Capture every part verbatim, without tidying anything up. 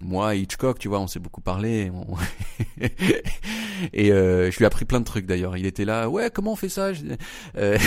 moi et Hitchcock, tu vois, on s'est beaucoup parlé. On... et euh, je lui ai appris plein de trucs d'ailleurs. Il était là, ouais, comment on fait ça? Je... euh...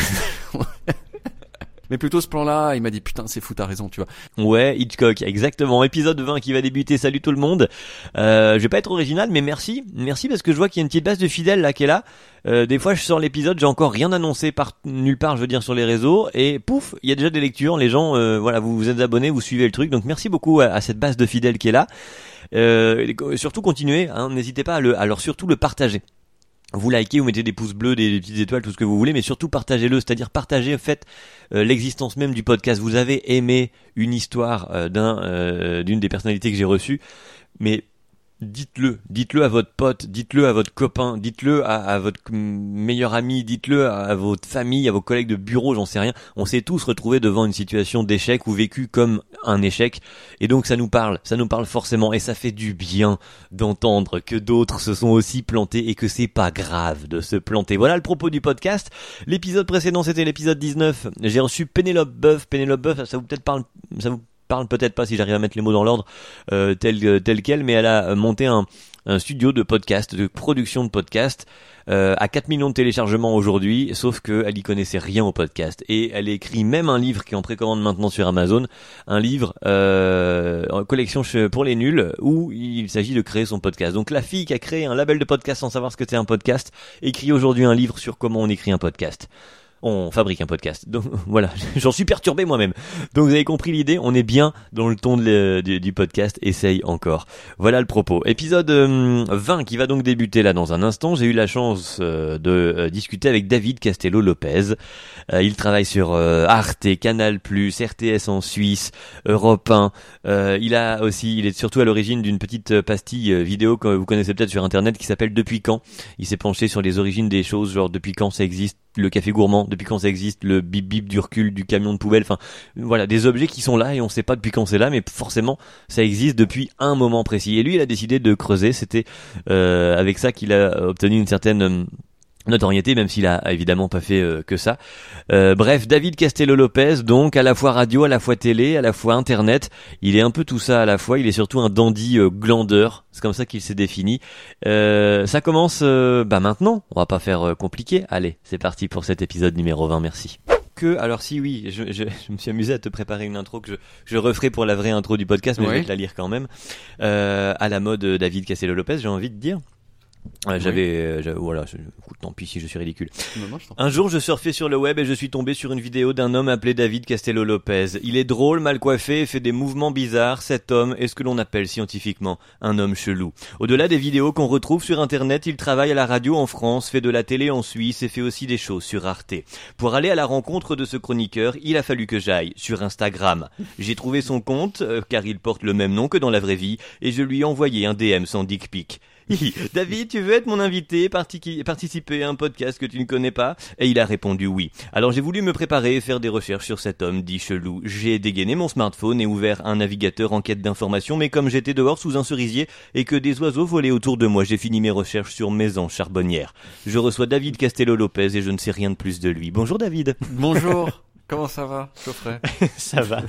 Mais plutôt ce plan-là, il m'a dit putain c'est fou, t'as raison, tu vois. Ouais, Hitchcock, exactement. Épisode vingt qui va débuter. Salut tout le monde. Euh, je vais pas être original, mais merci, merci parce que je vois qu'il y a une petite base de fidèles là qui est là. Euh, des fois je sors l'épisode, j'ai encore rien annoncé par nulle part, je veux dire sur les réseaux, et pouf, il y a déjà des lectures. Les gens, euh, voilà, vous vous êtes abonnés, vous suivez le truc, donc merci beaucoup à, à cette base de fidèles qui est là. Euh, et surtout continuez, hein, n'hésitez pas à le, alors surtout le partager. Vous likez, vous mettez des pouces bleus, des, des petites étoiles, tout ce que vous voulez, mais surtout partagez-le, c'est-à-dire partagez, faites euh, l'existence même du podcast. Vous avez aimé une histoire euh, d'un euh, d'une des personnalités que j'ai reçues, mais dites-le, dites-le à votre pote, dites-le à votre copain, dites-le à, à votre meilleur ami, dites-le à, à votre famille, à vos collègues de bureau, j'en sais rien. On s'est tous retrouvés devant une situation d'échec ou vécu comme un échec, et donc ça nous parle, ça nous parle forcément, et ça fait du bien d'entendre que d'autres se sont aussi plantés et que c'est pas grave de se planter. Voilà le propos du podcast. L'épisode précédent, c'était l'épisode dix-neuf. J'ai reçu Pénélope Boeuf. Pénélope Boeuf, ça vous peut-être parle, ça vous parle peut-être pas si j'arrive à mettre les mots dans l'ordre euh, tel tel quel, mais elle a monté un un studio de podcast, de production de podcast euh, à quatre millions de téléchargements aujourd'hui, sauf que elle y connaissait rien au podcast, et elle écrit même un livre qui est en précommande maintenant sur Amazon, un livre euh, en collection pour les nuls où il s'agit de créer son podcast. Donc la fille qui a créé un label de podcast sans savoir ce que c'est un podcast écrit aujourd'hui un livre sur comment on écrit un podcast. On fabrique un podcast. Donc voilà, j'en suis perturbé moi-même. Donc vous avez compris l'idée, on est bien dans le ton de le, du, du podcast, essaye encore. Voilà le propos. Épisode euh, vingt qui va donc débuter là dans un instant. J'ai eu la chance euh, de euh, discuter avec David Castello-Lopez. Euh, il travaille sur euh, Arte, Canal plus, R T S en Suisse, Europe un. Euh, il a aussi, il est surtout à l'origine d'une petite pastille vidéo que vous connaissez peut-être sur internet qui s'appelle Depuis quand. Il s'est penché sur les origines des choses, genre depuis quand ça existe, le café gourmand, depuis quand ça existe, le bip bip du recul du camion de poubelle, enfin voilà, des objets qui sont là et on sait pas depuis quand c'est là, mais forcément ça existe depuis un moment précis. Et lui il a décidé de creuser, c'était euh, avec ça qu'il a obtenu une certaine euh, notoriété, même s'il a évidemment pas fait euh, que ça. Euh, bref, David Castello-Lopez, donc à la fois radio, à la fois télé, à la fois internet, il est un peu tout ça à la fois, il est surtout un dandy euh, glandeur, c'est comme ça qu'il s'est défini. Euh, ça commence euh, bah maintenant, on va pas faire euh, compliqué, allez, c'est parti pour cet épisode numéro vingt, merci. Que, alors si oui, je, je, je me suis amusé à te préparer une intro que je, je referai pour la vraie intro du podcast, mais oui. Je vais te la lire quand même. Euh, à la mode David Castello-Lopez, j'ai envie de dire. Ouais, j'avais, oui. euh, j'avais, voilà, je, écoute, tant pis si je suis ridicule. Non, non, je un jour, je surfais sur le web et je suis tombé sur une vidéo d'un homme appelé David Castello-Lopez. Il est drôle, mal coiffé et fait des mouvements bizarres. Cet homme est ce que l'on appelle scientifiquement un homme chelou. Au-delà des vidéos qu'on retrouve sur internet, il travaille à la radio en France, fait de la télé en Suisse et fait aussi des shows sur Arte. Pour aller à la rencontre de ce chroniqueur, il a fallu que j'aille sur Instagram. J'ai trouvé son compte, euh, car il porte le même nom que dans la vraie vie, et je lui ai envoyé un D M sans dick pic. David, tu veux être mon invité, parti- participer à un podcast que tu ne connais pas? Et il a répondu oui. Alors j'ai voulu me préparer et faire des recherches sur cet homme dit chelou. J'ai dégainé mon smartphone et ouvert un navigateur en quête d'informations, mais comme j'étais dehors sous un cerisier et que des oiseaux volaient autour de moi, j'ai fini mes recherches sur Maison Charbonnière. Je reçois David Castello-Lopez et je ne sais rien de plus de lui. Bonjour David. Bonjour. Comment ça va, Geoffrey? Ça va,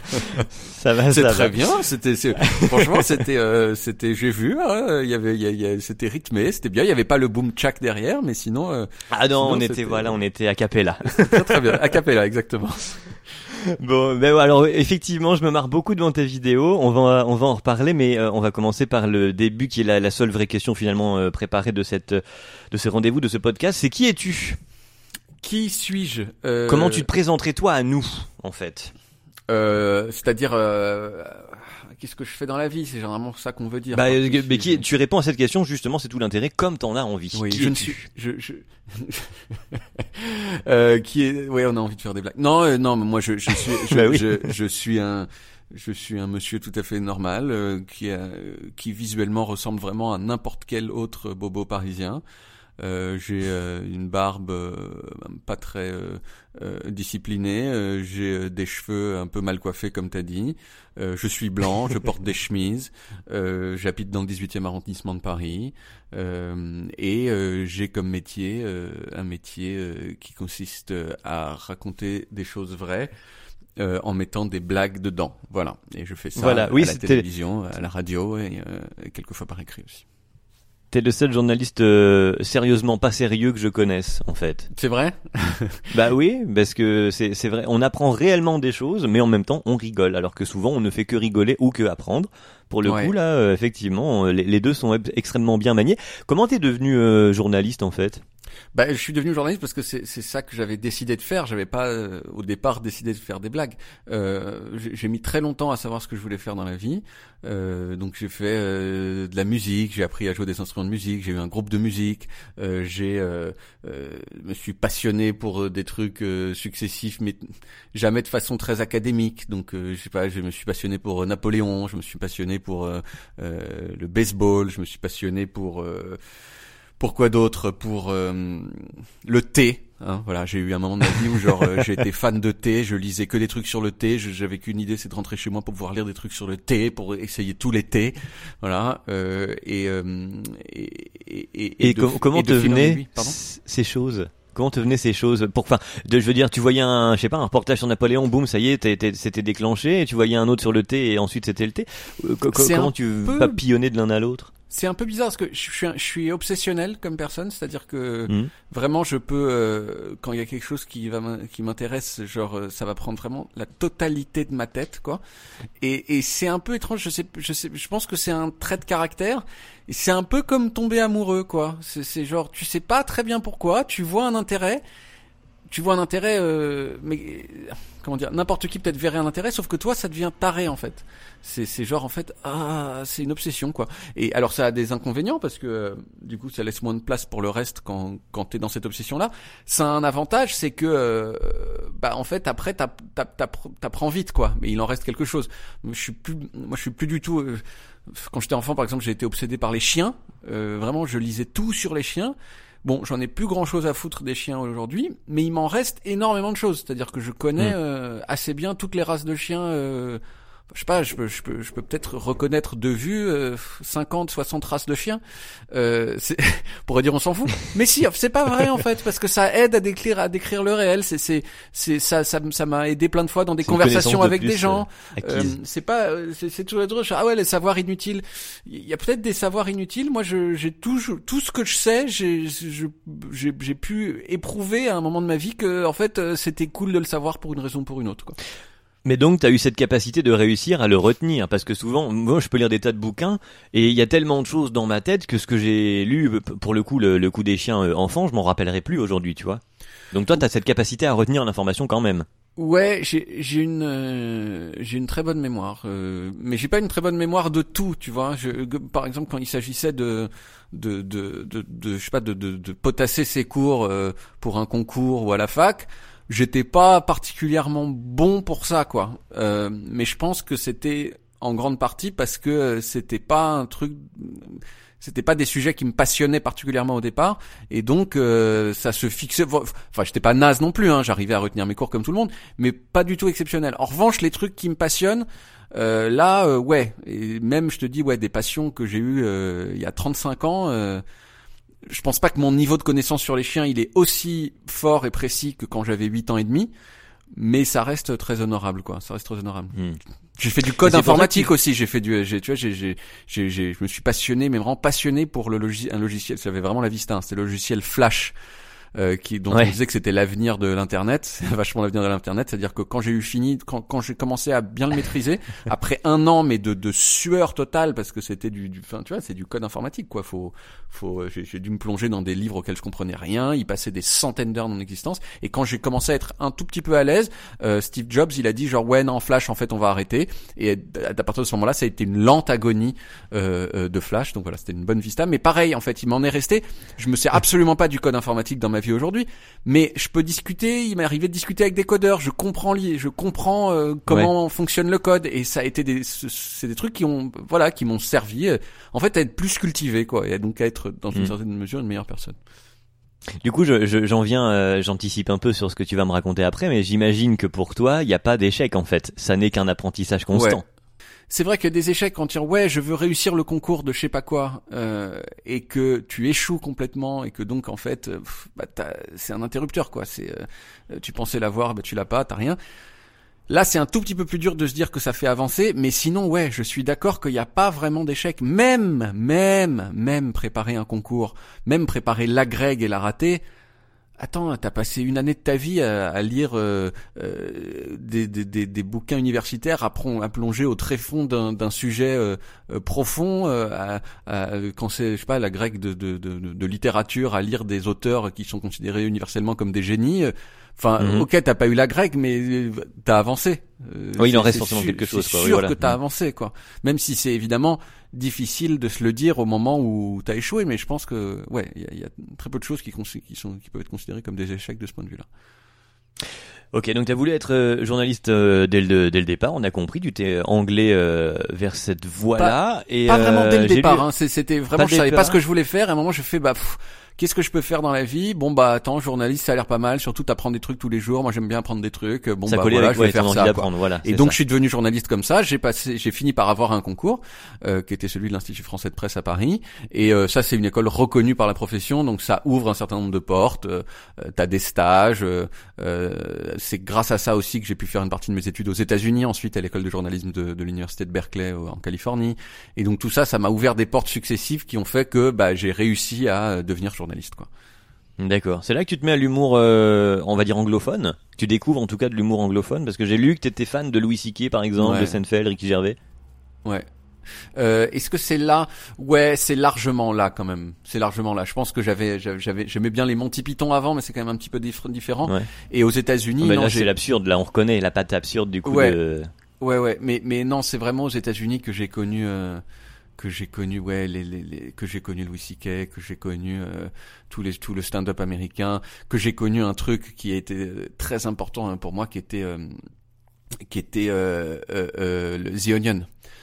ça va, c'est ça très va. bien. C'était, c'est, franchement, c'était, euh, c'était, j'ai vu, hein, il y avait, il y a, il y a, c'était rythmé, c'était bien. Il y avait pas le boom tchak derrière, mais sinon. Euh, ah non, sinon, on était, voilà, on était a cappella. Très très bien, a cappella, exactement. Bon, ben alors effectivement, je me marre beaucoup devant tes vidéos. On va, on va en reparler, mais euh, on va commencer par le début, qui est la, la seule vraie question finalement euh, préparée de cette, de ce rendez-vous, de ce podcast. C'est qui es-tu? Qui suis-je? euh... Comment tu te présenterais toi à nous, en fait? euh, C'est-à-dire, euh, qu'est-ce que je fais dans la vie? C'est généralement ça qu'on veut dire. Bah, euh, mais qui, tu réponds à cette question justement, c'est tout l'intérêt, comme t'en as envie. Oui, qui je ne suis, je, je... euh, qui est, ouais, on a envie de faire des blagues. Non, euh, non, mais moi, je, je suis, je, bah oui. je, je suis un, je suis un monsieur tout à fait normal, euh, qui a, qui visuellement ressemble vraiment à n'importe quel autre bobo parisien. Euh, j'ai euh, une barbe euh, pas très euh, euh, disciplinée, euh, j'ai euh, des cheveux un peu mal coiffés comme t'as dit, euh, je suis blanc, je porte des chemises, euh, j'habite dans le dix-huitième arrondissement de Paris, euh, et euh, j'ai comme métier euh, un métier euh, qui consiste à raconter des choses vraies euh, en mettant des blagues dedans. Voilà. Et je fais ça voilà. à oui, la c'était... télévision, à la radio et, euh, et quelquefois par écrit aussi. T'es le seul journaliste euh, sérieusement pas sérieux que je connaisse, en fait. C'est vrai? Bah oui, parce que c'est c'est vrai, on apprend réellement des choses, mais en même temps on rigole, alors que souvent on ne fait que rigoler ou que apprendre. Pour le Ouais. coup là, euh, effectivement, les, les deux sont extrêmement bien maniés. Comment t'es devenu euh, journaliste en fait? Bah, je suis devenu journaliste parce que c'est c'est ça que j'avais décidé de faire. J'avais pas euh, au départ décidé de faire des blagues. Euh, j'ai, j'ai mis très longtemps à savoir ce que je voulais faire dans la vie. Euh, donc j'ai fait euh, de la musique, j'ai appris à jouer des instruments de musique, j'ai eu un groupe de musique, euh, j'ai euh, euh, me suis passionné pour des trucs euh, successifs, mais jamais de façon très académique. Donc euh, je sais pas, je me suis passionné pour Napoléon, je me suis passionné pour euh, euh, le baseball, je me suis passionné pour euh, Pourquoi d'autre pour euh, le thé, hein, voilà, j'ai eu un moment de ma vie où genre euh, j'ai été fan de thé, je lisais que des trucs sur le thé, je, j'avais qu'une idée, c'est de rentrer chez moi pour pouvoir lire des trucs sur le thé, pour essayer tous les thés, voilà, euh, et, euh, et et et, et de, com- comment et te de fil en venaient aiguille, pardon c- ces choses? Comment te venaient ces choses? Pour, enfin, de, je veux dire, tu voyais un, je sais pas, un reportage sur Napoléon, boum, ça y est, t'es, t'es, c'était déclenché, et tu voyais un autre sur le thé, et ensuite c'était le thé. Euh, co- co- comment tu peu... papillonnais de l'un à l'autre? C'est un peu bizarre parce que je suis, je suis obsessionnel comme personne, c'est-à-dire que Mmh. vraiment je peux, euh, quand il y a quelque chose qui va qui m'intéresse, genre euh, ça va prendre vraiment la totalité de ma tête, quoi. Et, et c'est un peu étrange, je sais, je sais, je pense que c'est un trait de caractère. Et c'est un peu comme tomber amoureux, quoi. C'est, c'est genre tu sais pas très bien pourquoi, tu vois un intérêt. Tu vois un intérêt, euh, mais comment dire, n'importe qui peut-être verrait un intérêt, sauf que toi, ça devient taré en fait. C'est, c'est genre en fait, ah, c'est une obsession quoi. Et alors ça a des inconvénients parce que euh, du coup, ça laisse moins de place pour le reste quand quand t'es dans cette obsession-là. Ça a un avantage, c'est que euh, bah en fait après t'app- t'app- t'app- t'apprends vite quoi, mais il en reste quelque chose. Je suis plus, moi je suis plus du tout. Euh, quand j'étais enfant, par exemple, j'ai été obsédé par les chiens. Euh, vraiment, je lisais tout sur les chiens. Bon, j'en ai plus grand chose à foutre des chiens aujourd'hui, mais il m'en reste énormément de choses. C'est-à-dire que je connais Mmh. euh, assez bien toutes les races de chiens. Euh, je sais pas, je peux, je peux, je peux peut-être reconnaître de vue euh, cinquante, soixante races de chiens. Euh, c'est, on pourrait dire on s'en fout. Mais si, c'est pas vrai en fait, parce que ça aide à décrire, à décrire le réel. C'est, c'est, c'est ça, ça, ça m'a aidé plein de fois dans des C'est une conversations connaissance de avec plus, des gens. euh, Euh, acquise. c'est pas, euh, c'est, c'est toujours drôle. Ah ouais, les savoirs inutiles. Il y a peut-être des savoirs inutiles. Moi, je, j'ai tout, tout ce que je sais, j'ai, je, j'ai, j'ai pu éprouver à un moment de ma vie que, en fait, euh, c'était cool de le savoir pour une raison ou pour une autre, quoi. Mais donc, tu as eu cette capacité de réussir à le retenir, parce que souvent, moi, je peux lire des tas de bouquins, et il y a tellement de choses dans ma tête que ce que j'ai lu, pour le coup, le, le coup des chiens euh, enfants, je m'en rappellerai plus aujourd'hui, tu vois. Donc toi, tu as cette capacité à retenir l'information quand même. Ouais, j'ai j'ai une euh, j'ai une très bonne mémoire, euh, mais j'ai pas une très bonne mémoire de tout, tu vois. Je, par exemple, quand il s'agissait de de de de, de je sais pas de de, de potasser ses cours euh, pour un concours ou à la fac, j'étais pas particulièrement bon pour ça, quoi. Euh, mais je pense que c'était en grande partie parce que euh, c'était pas un truc. C'était pas des sujets qui me passionnaient particulièrement au départ, et donc euh, ça se fixait. Enfin, j'étais pas naze non plus, hein, j'arrivais à retenir mes cours comme tout le monde, mais pas du tout exceptionnel. En revanche, les trucs qui me passionnent, euh, là, euh, ouais, et même je te dis, ouais, des passions que j'ai eues euh, il y a trente-cinq ans. Euh, je pense pas que mon niveau de connaissance sur les chiens, il est aussi fort et précis que quand j'avais huit ans et demi, mais ça reste très honorable, quoi. Ça reste très honorable. Hmm. J'ai fait du code c'est pour ça informatique qu'il- aussi. J'ai fait du, j'ai, tu vois, j'ai, j'ai, j'ai, j'ai- je me suis passionné, mais vraiment passionné pour le logis, un logiciel. J'avais vraiment la vista. Hein, c'était le logiciel Flash. Euh, qui dont Ouais. on disait que c'était l'avenir de l'internet, c'est vachement l'avenir de l'internet, c'est-à-dire que quand j'ai eu fini, quand, quand j'ai commencé à bien le maîtriser, après un an mais de, de sueur totale parce que c'était du, du, enfin tu vois, c'est du code informatique quoi. Faut, faut, j'ai, j'ai dû me plonger dans des livres auxquels je comprenais rien, il passait des centaines d'heures dans l'existence, et quand j'ai commencé à être un tout petit peu à l'aise, euh, Steve Jobs il a dit genre ouais non Flash en fait on va arrêter, et à, à partir de ce moment-là ça a été une lente agonie euh, euh, de Flash, donc voilà c'était une bonne vista, mais pareil en fait il m'en est resté, je me sers absolument pas du code informatique dans ma vie aujourd'hui, mais je peux discuter, il m'est arrivé de discuter avec des codeurs, je comprends li- je comprends euh, comment fonctionne le code, et ça a été des c'est des trucs qui ont voilà qui m'ont servi euh, en fait à être plus cultivé quoi, et à donc à être dans une Mm. certaine mesure une meilleure personne. Du coup, je, je, j'en viens, euh, j'anticipe un peu sur ce que tu vas me raconter après, mais j'imagine que pour toi, il n'y a pas d'échec en fait. Ça n'est qu'un apprentissage constant. Ouais. C'est vrai qu'il y a des échecs quand tu dis ouais je veux réussir le concours de je sais pas quoi euh, et que tu échoues complètement et que donc en fait euh, pff, bah, t'as, c'est un interrupteur quoi, c'est euh, tu pensais l'avoir, bah tu l'as pas, t'as rien. Là, c'est un tout petit peu plus dur de se dire que ça fait avancer, mais sinon, ouais, je suis d'accord qu'il n'y a pas vraiment d'échec. Même, même, même préparer un concours, même préparer l'agrég et la rater. Attends, t'as passé une année de ta vie à, à lire euh, euh, des, des, des, des bouquins universitaires, à, à plonger au tréfonds d'un, d'un sujet euh, euh, profond, euh, à, à, quand c'est, je sais pas, la grecque de, de, de, de littérature, à lire des auteurs qui sont considérés universellement comme des génies. Enfin, mm-hmm. ok, t'as pas eu la grecque, mais t'as avancé. Euh, oui, il en reste forcément quelque chose. C'est quoi. sûr oui, voilà. que t'as mm. avancé, quoi. Même si c'est évidemment difficile de se le dire au moment où t'as échoué, mais je pense que ouais, il y a, y a très peu de choses qui, qui sont qui peuvent être considérées comme des échecs de ce point de vue-là. Ok, donc t'as voulu être euh, journaliste euh, dès le dès le départ, on a compris, tu t'es anglais euh, vers cette voie-là. Pas, et pas euh, vraiment dès le départ, lu... hein. C'était vraiment, pas je savais départ. pas ce que je voulais faire. À un moment, je fais bah. Pff, qu'est-ce que je peux faire dans la vie? Bon bah attends, journaliste, ça a l'air pas mal. Surtout t'apprends des trucs tous les jours. Moi j'aime bien apprendre des trucs. Bon ça bah voilà, avec, je vais ouais, faire ça. Quoi. Voilà, et donc ça. je suis devenu journaliste comme ça. J'ai passé, j'ai fini par avoir un concours euh, qui était celui de l'Institut français de presse à Paris. Et euh, ça c'est une école reconnue par la profession, donc ça ouvre un certain nombre de portes. Euh, t'as des stages. Euh, euh, c'est grâce à ça aussi que j'ai pu faire une partie de mes études aux États-Unis. Ensuite à l'école de journalisme de, de l'université de Berkeley en Californie. Et donc tout ça, ça m'a ouvert des portes successives qui ont fait que bah j'ai réussi à devenir journaliste, quoi. D'accord. C'est là que tu te mets à l'humour, euh, on va dire anglophone. Tu découvres en tout cas de l'humour anglophone, parce que j'ai lu que t'étais fan de Louis C K par exemple, ouais. de Seinfeld, Ricky Gervais. Ouais. Euh, est-ce que c'est là? Ouais, c'est largement là quand même. C'est largement là. Je pense que j'avais, j'avais, j'aimais bien les Monty Python avant, mais c'est quand même un petit peu dif- différent. Ouais. Et aux États-Unis, mais non, là j'ai... c'est l'absurde. Là, on reconnaît la patte absurde du coup. Ouais. De... Ouais, ouais. Mais, mais non, c'est vraiment aux États-Unis que j'ai connu. Euh... que j'ai connu ouais les, les, les que j'ai connu Louis C K, que j'ai connu euh, tous les tout le stand-up américain, que j'ai connu un truc qui a été très important hein, pour moi, qui était euh, qui était euh, euh, euh, le The Onion.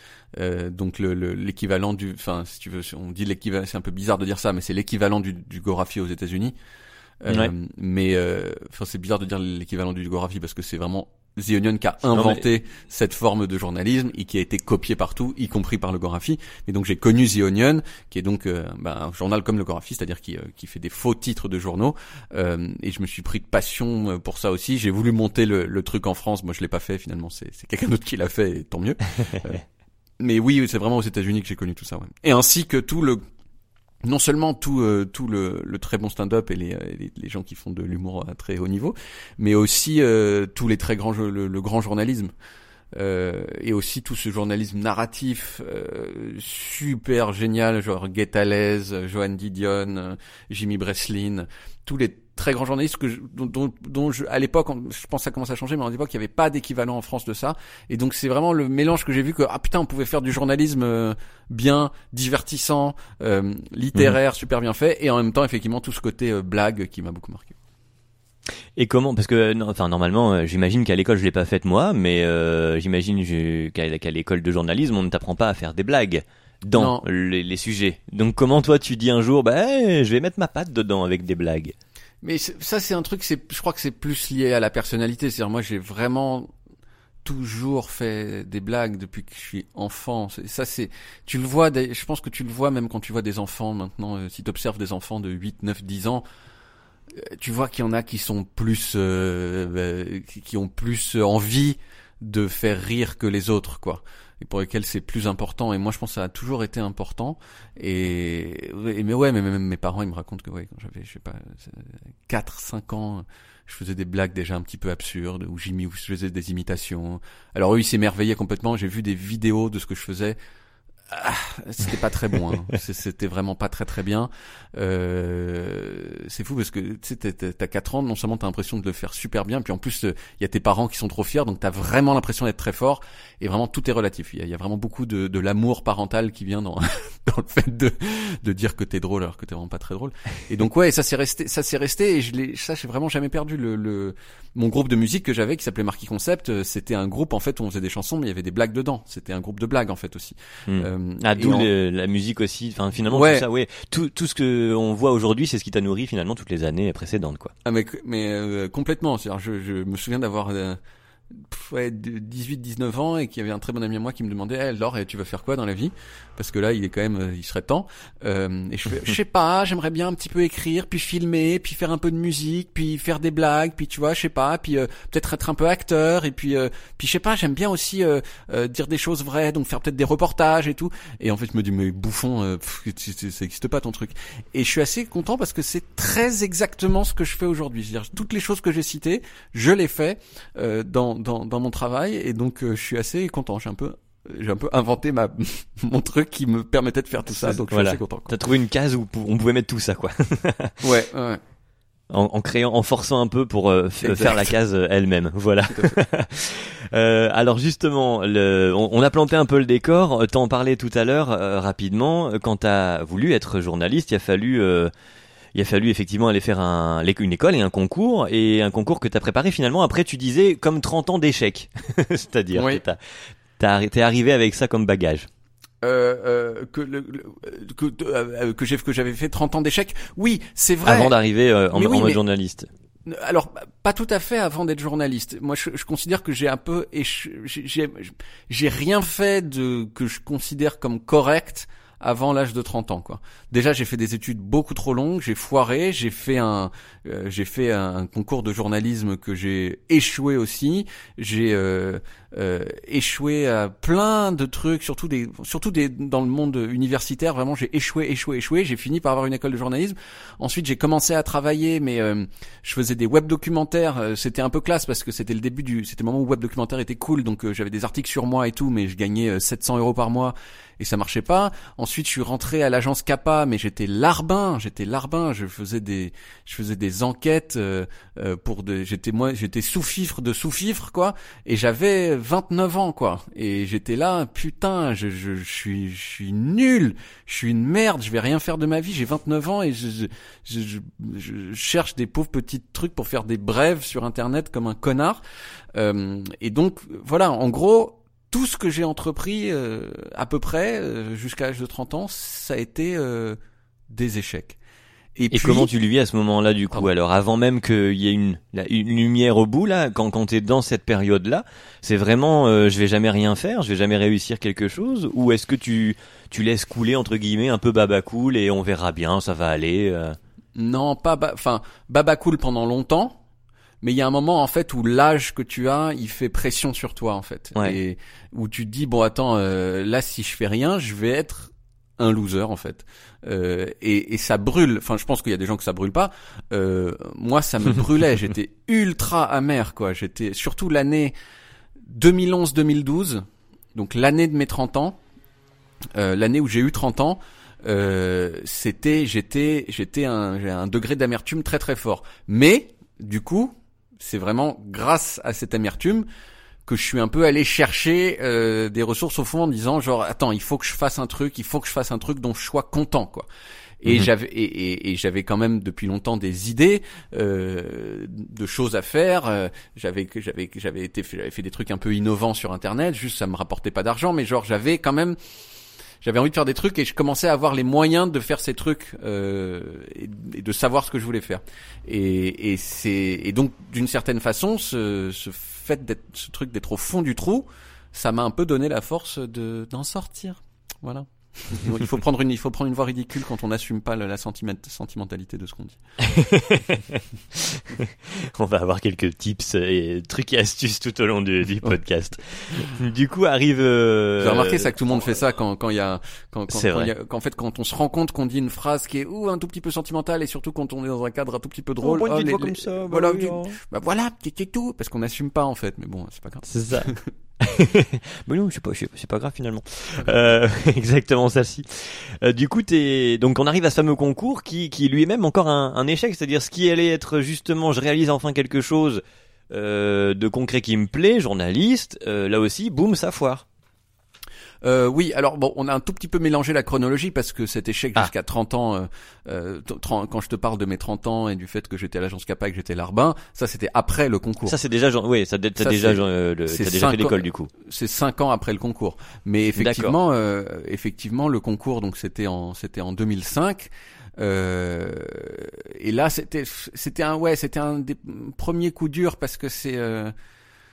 Euh, donc le, le l'équivalent du enfin si tu veux on dit l'équivalent, c'est un peu bizarre de dire ça, mais c'est l'équivalent du du Gorafi aux États-Unis. Euh, ouais. Mais euh, enfin c'est bizarre de dire l'équivalent du Gorafi parce que c'est vraiment The Onion qui a inventé non, mais... cette forme de journalisme et qui a été copié partout, y compris par le Gorafi. Et donc j'ai connu The Onion, qui est donc euh, bah, un journal comme le Gorafi, c'est-à-dire qui, euh, qui fait des faux titres de journaux. Euh, et je me suis pris de passion pour ça aussi. J'ai voulu monter le, le truc en France. Moi je l'ai pas fait finalement. C'est, c'est quelqu'un d'autre qui l'a fait, et tant mieux. euh, mais oui, c'est vraiment aux États-Unis que j'ai connu tout ça. Ouais. Et ainsi que tout le non seulement tout euh, tout le, le très bon stand-up et les, les les gens qui font de l'humour à très haut niveau, mais aussi euh, tous les très grands le, le grand journalisme euh, et aussi tout ce journalisme narratif euh, super génial, genre Guet Allez, Johan Didion, euh, Jimmy Breslin, tous les très grands journalistes que je, dont, dont, dont je, à l'époque, je pense que ça commence à changer, mais à l'époque, il n'y avait pas d'équivalent en France de ça. Et donc, c'est vraiment le mélange que j'ai vu que, ah putain, on pouvait faire du journalisme euh, bien, divertissant, euh, littéraire, mmh. super bien fait, et en même temps, effectivement, tout ce côté euh, blague qui m'a beaucoup marqué. Et comment, parce que, non, enfin, normalement, euh, j'imagine qu'à l'école, je l'ai pas faite moi, mais euh, j'imagine je, qu'à, qu'à l'école de journalisme, on ne t'apprend pas à faire des blagues dans les, les sujets. Donc, comment toi, tu dis un jour, bah, hey, je vais mettre ma patte dedans avec des blagues? Mais ça, c'est un truc, c'est, je crois que c'est plus lié à la personnalité. C'est-à-dire, moi, j'ai vraiment toujours fait des blagues depuis que je suis enfant. C'est, ça, c'est, tu le vois, je pense que tu le vois même quand tu vois des enfants maintenant. Euh, si tu observes des enfants de huit, neuf, dix ans, euh, tu vois qu'il y en a qui sont plus, euh, euh, qui ont plus envie de faire rire que les autres, quoi. Et pour lesquels c'est plus important. Et moi, je pense que ça a toujours été important. Et, et mais ouais, mais même mes parents, ils me racontent que ouais, quand j'avais, je sais pas, quatre, cinq ans, je faisais des blagues déjà un petit peu absurdes, où j'y où je faisais des imitations. Alors eux, ils s'émerveillaient complètement. J'ai vu des vidéos de ce que je faisais. Ah, c'était pas très bon, hein. C'était vraiment pas très très bien. Euh, c'est fou parce que tu sais, t'as quatre ans, non seulement t'as l'impression de le faire super bien, puis en plus il y a tes parents qui sont trop fiers, donc t'as vraiment l'impression d'être très fort. Et vraiment tout est relatif. Il y a, y a vraiment beaucoup de, de l'amour parental qui vient dans dans le fait de de dire que t'es drôle alors que t'es vraiment pas très drôle. Et donc ouais, ça s'est resté, ça s'est resté. Et je l'ai, ça j'ai vraiment jamais perdu. Le, le mon groupe de musique que j'avais qui s'appelait Marquis Concept, c'était un groupe en fait où on faisait des chansons, mais il y avait des blagues dedans. C'était un groupe de blagues en fait aussi. Mmh. Euh, Ah, d'où en... le, la musique aussi. Enfin, finalement, ouais. tout ça, ouais. Tout, tout ce que on voit aujourd'hui, c'est ce qui t'a nourri finalement toutes les années précédentes, quoi. Ah, mais, mais euh, complètement. C'est-à-dire, je, je me souviens d'avoir euh, pff, ouais, dix-huit dix-neuf ans et qui avait un très bon ami à moi qui me demandait hey, Laure, tu vas faire quoi dans la vie? Parce que là, il est quand même, il serait temps. Euh, et je fais, je sais pas, j'aimerais bien un petit peu écrire, puis filmer, puis faire un peu de musique, puis faire des blagues, puis tu vois, je sais pas, puis euh, peut-être être un peu acteur, et puis euh, puis je sais pas, j'aime bien aussi euh, euh, dire des choses vraies, donc faire peut-être des reportages et tout. Et en fait, je me dis mais bouffon, euh, pff, ça existe pas ton truc. Et je suis assez content parce que c'est très exactement ce que je fais aujourd'hui. C'est-à-dire toutes les choses que j'ai citées, je les fais euh, dans dans dans mon travail, et donc euh, je suis assez content. J'ai un peu j'ai un peu inventé ma mon truc qui me permettait de faire tout ça, donc voilà. je suis assez content. T'as trouvé une case où on pouvait mettre tout ça, quoi. ouais, ouais. En, en créant, en forçant un peu pour euh, f- faire la case euh, elle-même. Voilà. euh, alors justement, le, on, on a planté un peu le décor. T'en parlais tout à l'heure euh, rapidement. Quand t'as voulu être journaliste, il a fallu, euh, il a fallu effectivement aller faire un, une école et un concours, et un concours que t'as préparé finalement. Après, tu disais comme trente ans d'échecs, c'est-à-dire oui. que t'as, t'as, t'es arrivé avec ça comme bagage. Euh, euh, que le, le que euh, que j'ai que j'avais fait trente ans d'échecs. Oui, c'est vrai. Avant d'arriver euh, en, oui, en mode mais, journaliste. Alors pas tout à fait avant d'être journaliste. Moi, je, je considère que j'ai un peu éche... j'ai, j'ai j'ai rien fait de que je considère comme correct avant l'âge de trente ans, quoi. Déjà, j'ai fait des études beaucoup trop longues, j'ai foiré, j'ai fait un euh, j'ai fait un concours de journalisme que j'ai échoué aussi, j'ai euh, euh, échoué à plein de trucs, surtout des surtout des dans le monde universitaire, vraiment j'ai échoué échoué échoué, j'ai fini par avoir une école de journalisme. Ensuite, j'ai commencé à travailler, mais euh, je faisais des web documentaires, euh, c'était un peu classe parce que c'était le début du c'était le moment où web documentaire était cool, donc euh, j'avais des articles sur moi et tout, mais je gagnais euh, sept cents euros par mois et ça marchait pas. Ensuite, je suis rentré à l'agence Kappa, mais j'étais larbin, j'étais larbin, je faisais des, je faisais des enquêtes euh, euh, pour de, j'étais moi, j'étais sous-fifre de sous-fifre quoi, et j'avais vingt-neuf ans quoi, et j'étais là, putain, je, je, je suis, je suis nul, je suis une merde, je vais rien faire de ma vie, j'ai vingt-neuf ans et je, je, je, je, je cherche des pauvres petits trucs pour faire des brèves sur internet comme un connard, euh, et donc voilà, en gros. Tout ce que j'ai entrepris, euh, à peu près, euh, jusqu'à l'âge de trente ans, ça a été euh, des échecs. Et, et puis, comment tu le vis à ce moment-là, du coup? Pardon. Alors, avant même qu'il y ait une, une lumière au bout, là, quand, quand t'es dans cette période-là, c'est vraiment, euh, je vais jamais rien faire, je vais jamais réussir quelque chose, ou est-ce que tu, tu laisses couler, entre guillemets, un peu baba cool et on verra bien, ça va aller euh... Non, pas, ba- enfin, baba cool pendant longtemps. Mais il y a un moment en fait où l'âge que tu as, il fait pression sur toi en fait, ouais. Et où tu te dis bon attends, euh, là si je fais rien, je vais être un loser en fait, euh, et, et ça brûle. Enfin, je pense qu'il y a des gens que ça brûle pas. Euh, moi, ça me brûlait. J'étais ultra amer quoi. J'étais surtout l'année deux mille onze deux mille douze, donc l'année de mes trente ans, euh, l'année où j'ai eu trente ans. Euh, c'était, j'étais, j'étais un, j'ai un degré d'amertume très très fort. Mais du coup, c'est vraiment grâce à cette amertume que je suis un peu allé chercher euh, des ressources au fond en disant genre attends, il faut que je fasse un truc, il faut que je fasse un truc dont je sois content quoi. Et mmh. j'avais et, et, et j'avais quand même depuis longtemps des idées euh, de choses à faire. Euh, j'avais j'avais j'avais été j'avais fait des trucs un peu innovants sur internet, juste ça me rapportait pas d'argent, mais genre j'avais quand même J'avais envie de faire des trucs et je commençais à avoir les moyens de faire ces trucs euh, et, et de savoir ce que je voulais faire. Et, et c'est et donc d'une certaine façon, ce, ce fait d'être ce truc d'être au fond du trou, ça m'a un peu donné la force de d'en sortir. Voilà. Il faut prendre une il faut prendre une voie ridicule quand on n'assume pas la, la sentiment, sentimentalité de ce qu'on dit. On va avoir quelques tips et trucs et astuces tout au long du, du podcast. Du coup arrive. Euh... J'ai remarqué ça que tout le monde fait ça quand quand il y a quand quand, quand, y a, qu'en fait quand on se rend compte qu'on dit une phrase qui est ou un tout petit peu sentimentale et surtout quand on est dans un cadre un tout petit peu drôle. Oh, oh, les, les, comme ça, bah voilà, oui, du, hein. bah voilà, c'est tout parce qu'on n'assume pas en fait. Mais bon, c'est pas grave. C'est ça. Mais non, c'est pas, c'est pas grave finalement. Euh, exactement ça si. Euh, du coup, t'es donc on arrive à ce fameux concours qui, qui lui est même encore un, un échec, c'est-à-dire ce qui allait être justement, je réalise enfin quelque chose euh, de concret qui me plaît, journaliste. Euh, là aussi, boum, ça foire. Euh, oui, alors bon, on a un tout petit peu mélangé la chronologie parce que cet échec ah. jusqu'à trente ans, euh, euh, trente, quand je te parle de mes trente ans et du fait que j'étais à l'agence Kappa et que j'étais larbin, ça c'était après le concours. Ça c'est déjà, oui, ça t'as ça, déjà, euh, le, t'as déjà fait l'école du coup. C'est cinq ans après le concours, mais effectivement, euh, effectivement, le concours donc c'était en, c'était en deux mille cinq. Euh, et là c'était, c'était un, ouais, c'était un des premiers coups durs parce que c'est. Euh,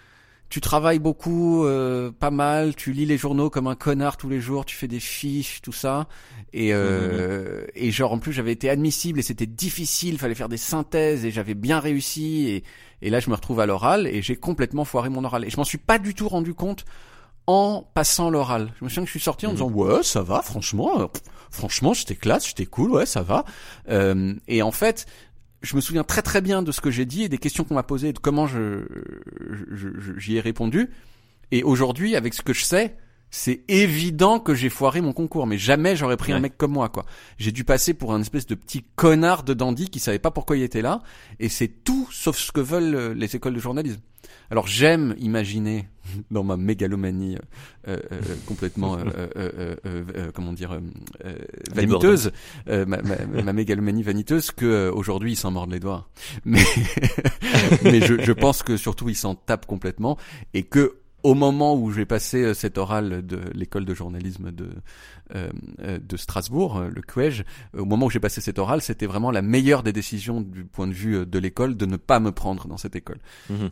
tu travailles beaucoup, euh, pas mal, tu lis les journaux comme un connard tous les jours, tu fais des fiches, tout ça, et euh, mmh. et genre en plus j'avais été admissible et c'était difficile, fallait faire des synthèses et j'avais bien réussi et et là je me retrouve à l'oral et j'ai complètement foiré mon oral et je m'en suis pas du tout rendu compte en passant l'oral. Je me souviens que je suis sorti en mmh. disant ouais ça va, franchement, euh, franchement j'étais classe, j'étais cool, ouais ça va, euh, et en fait je me souviens très très bien de ce que j'ai dit et des questions qu'on m'a posées et de comment je, je, je j'y ai répondu. Et aujourd'hui, avec ce que je sais, c'est évident que j'ai foiré mon concours. Mais jamais j'aurais pris ouais. un mec comme moi, quoi. J'ai dû passer pour un espèce de petit connard de dandy qui savait pas pourquoi il était là. Et c'est tout sauf ce que veulent les écoles de journalisme. Alors j'aime imaginer dans ma mégalomanie euh, euh, complètement euh, euh, euh, euh, euh, comment dire euh, euh, vaniteuse, euh, ma, ma, ma mégalomanie vaniteuse que euh, aujourd'hui ils s'en mordent les doigts. Mais mais je, je pense que surtout ils s'en tapent complètement et que au moment où j'ai passé cet oral de l'école de journalisme de euh, de Strasbourg, le Q E J, au moment où j'ai passé cet oral, c'était vraiment la meilleure des décisions du point de vue de l'école de ne pas me prendre dans cette école. Mmh.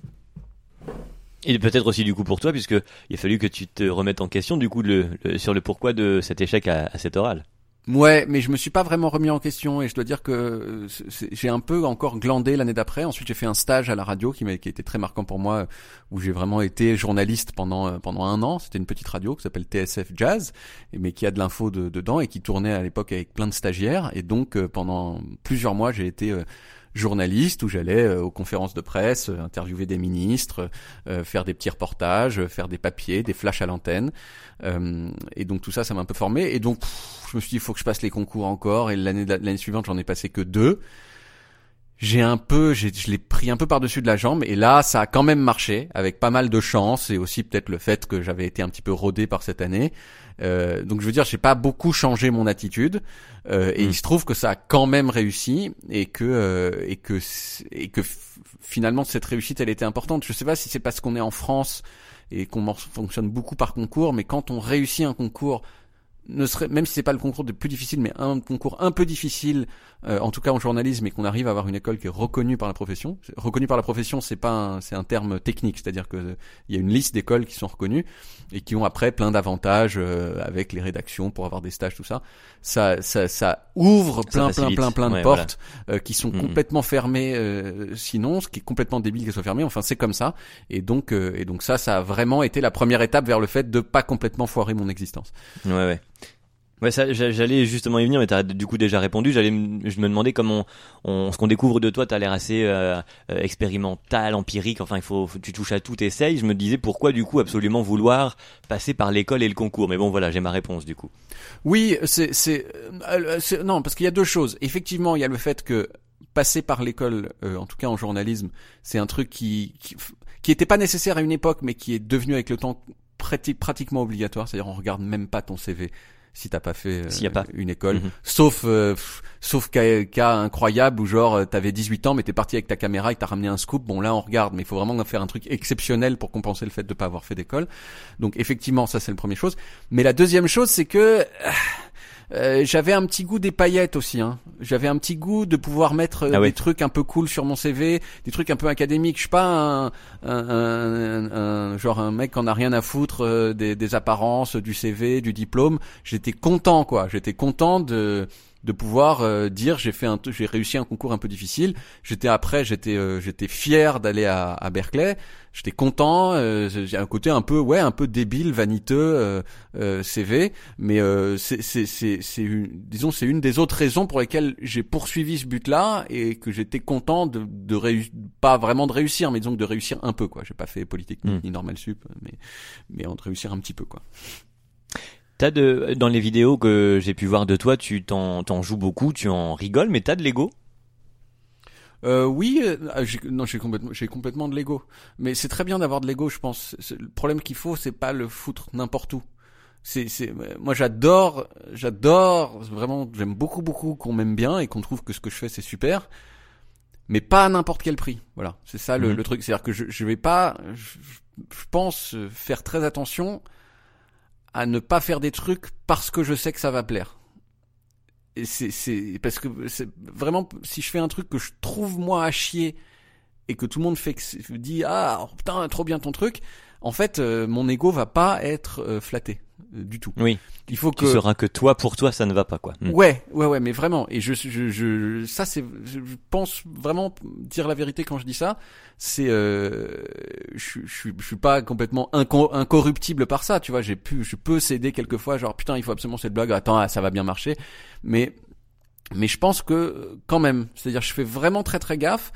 Et peut-être aussi du coup pour toi, puisque il a fallu que tu te remettes en question du coup le, le, sur le pourquoi de cet échec à, à cet oral. Ouais, mais je me suis pas vraiment remis en question et je dois dire que c'est, j'ai un peu encore glandé l'année d'après. Ensuite, j'ai fait un stage à la radio qui m'a qui a été très marquant pour moi, où j'ai vraiment été journaliste pendant pendant un an. C'était une petite radio qui s'appelle T S F Jazz, mais qui a de l'info de, dedans et qui tournait à l'époque avec plein de stagiaires. Et donc pendant plusieurs mois, j'ai été journaliste où j'allais euh, aux conférences de presse, euh, interviewer des ministres, euh, faire des petits reportages, euh, faire des papiers, des flashs à l'antenne. Euh, et donc tout ça, ça m'a un peu formé. Et donc pff, je me suis dit, il faut que je passe les concours encore. Et l'année l'année suivante, j'en ai passé que deux. J'ai un peu, j'ai, je l'ai pris un peu par-dessus de la jambe. Et là, ça a quand même marché, avec pas mal de chance et aussi peut-être le fait que j'avais été un petit peu rodé par cette année. Euh, donc je veux dire, j'ai pas beaucoup changé mon attitude euh, et mmh. il se trouve que ça a quand même réussi et que euh, et que et que f- finalement cette réussite elle était importante. Je sais pas si c'est parce qu'on est en France et qu'on fonctionne beaucoup par concours, mais quand on réussit un concours, ne serait même si c'est pas le concours le plus difficile, mais un concours un peu difficile, euh, en tout cas en journalisme, et qu'on arrive à avoir une école qui est reconnue par la profession. Reconnue par la profession, c'est pas un, c'est un terme technique, c'est-à-dire que euh, il y a une liste d'écoles qui sont reconnues et qui ont après plein d'avantages euh, avec les rédactions pour avoir des stages, tout ça. Ça, ça, ça ouvre plein, ça plein, plein, plein de ouais, portes voilà. euh, qui sont mmh. complètement fermées. Euh, sinon, ce qui est complètement débile qu'elles soient fermées. Enfin, c'est comme ça. Et donc, euh, et donc ça, ça a vraiment été la première étape vers le fait de pas complètement foirer mon existence. Ouais, ouais. Ouais, ça, j'allais justement y venir, mais t'as du coup déjà répondu. J'allais, je me demandais comment on, on, ce qu'on découvre de toi, t'as l'air assez euh, euh, expérimental, empirique. Enfin, il faut, faut, tu touches à tout, t'essayes. Je me disais pourquoi du coup absolument vouloir passer par l'école et le concours. Mais bon, voilà, j'ai ma réponse du coup. Oui, c'est, c'est, euh, c'est non, parce qu'il y a deux choses. Effectivement, il y a le fait que passer par l'école, euh, en tout cas en journalisme, c'est un truc qui, qui, qui était pas nécessaire à une époque, mais qui est devenu avec le temps prati- pratiquement obligatoire. C'est-à-dire, on regarde même pas ton C V. Si t'as pas fait euh, S'il y a pas. une école, mmh. sauf euh, pff, sauf cas, cas incroyable où genre t'avais dix-huit ans mais t'es parti avec ta caméra et que t'as ramené un scoop. Bon là on regarde, mais il faut vraiment faire un truc exceptionnel pour compenser le fait de pas avoir fait d'école. Donc effectivement ça c'est la première chose. Mais la deuxième chose c'est que euh, j'avais un petit goût des paillettes aussi. Hein. J'avais un petit goût de pouvoir mettre euh, ah des oui. trucs un peu cool sur mon C V, des trucs un peu académiques. Je suis pas un, un, un, un, un genre un mec qui en a rien à foutre euh, des, des apparences, du C V, du diplôme. J'étais content quoi. J'étais content de de pouvoir euh, dire j'ai fait un j'ai réussi un concours un peu difficile. J'étais après j'étais euh, j'étais fier d'aller à, à Berkeley. J'étais content, euh, j'ai un côté un peu ouais un peu débile, vaniteux euh, euh, C V, mais euh, c'est c'est c'est c'est une, disons c'est une des autres raisons pour lesquelles j'ai poursuivi ce but-là et que j'étais content de de réussir, pas vraiment de réussir, mais disons que de réussir un peu quoi. J'ai pas fait Polytechnique mmh. ni Normal Sup, mais mais de réussir un petit peu quoi. T'as de, dans les vidéos que j'ai pu voir de toi, tu t'en, t'en joues beaucoup, tu en rigoles, mais t'as de l'ego? Euh, oui, euh, j'ai, non, j'ai complètement, j'ai complètement de l'ego. Mais c'est très bien d'avoir de l'ego, je pense. C'est, le problème qu'il faut, c'est pas le foutre n'importe où. C'est, c'est, moi j'adore, j'adore, vraiment, j'aime beaucoup, beaucoup qu'on m'aime bien et qu'on trouve que ce que je fais c'est super. Mais pas à n'importe quel prix. Voilà. C'est ça le, mmh. le truc. C'est-à-dire que je, je vais pas, je, je pense faire très attention à ne pas faire des trucs parce que je sais que ça va plaire. Et c'est, c'est, parce que c'est vraiment, si je fais un truc que je trouve moi à chier et que tout le monde fait, dit, ah, putain, trop bien ton truc, en fait, euh, mon ego va pas être euh, flatté euh, du tout. Oui. Il faut tu que. Tu sauras que toi, pour toi, ça ne va pas, quoi. Mm. Ouais, ouais, ouais, mais vraiment. Et je, je, je, ça, c'est, je pense vraiment dire la vérité quand je dis ça. C'est, euh, je, je suis, je suis pas complètement inco- incorruptible par ça, tu vois. J'ai pu, je peux céder quelquefois, genre putain, il faut absolument cette blague. Attends, ah, ça va bien marcher. Mais, mais je pense que quand même, c'est-à-dire, je fais vraiment très très gaffe.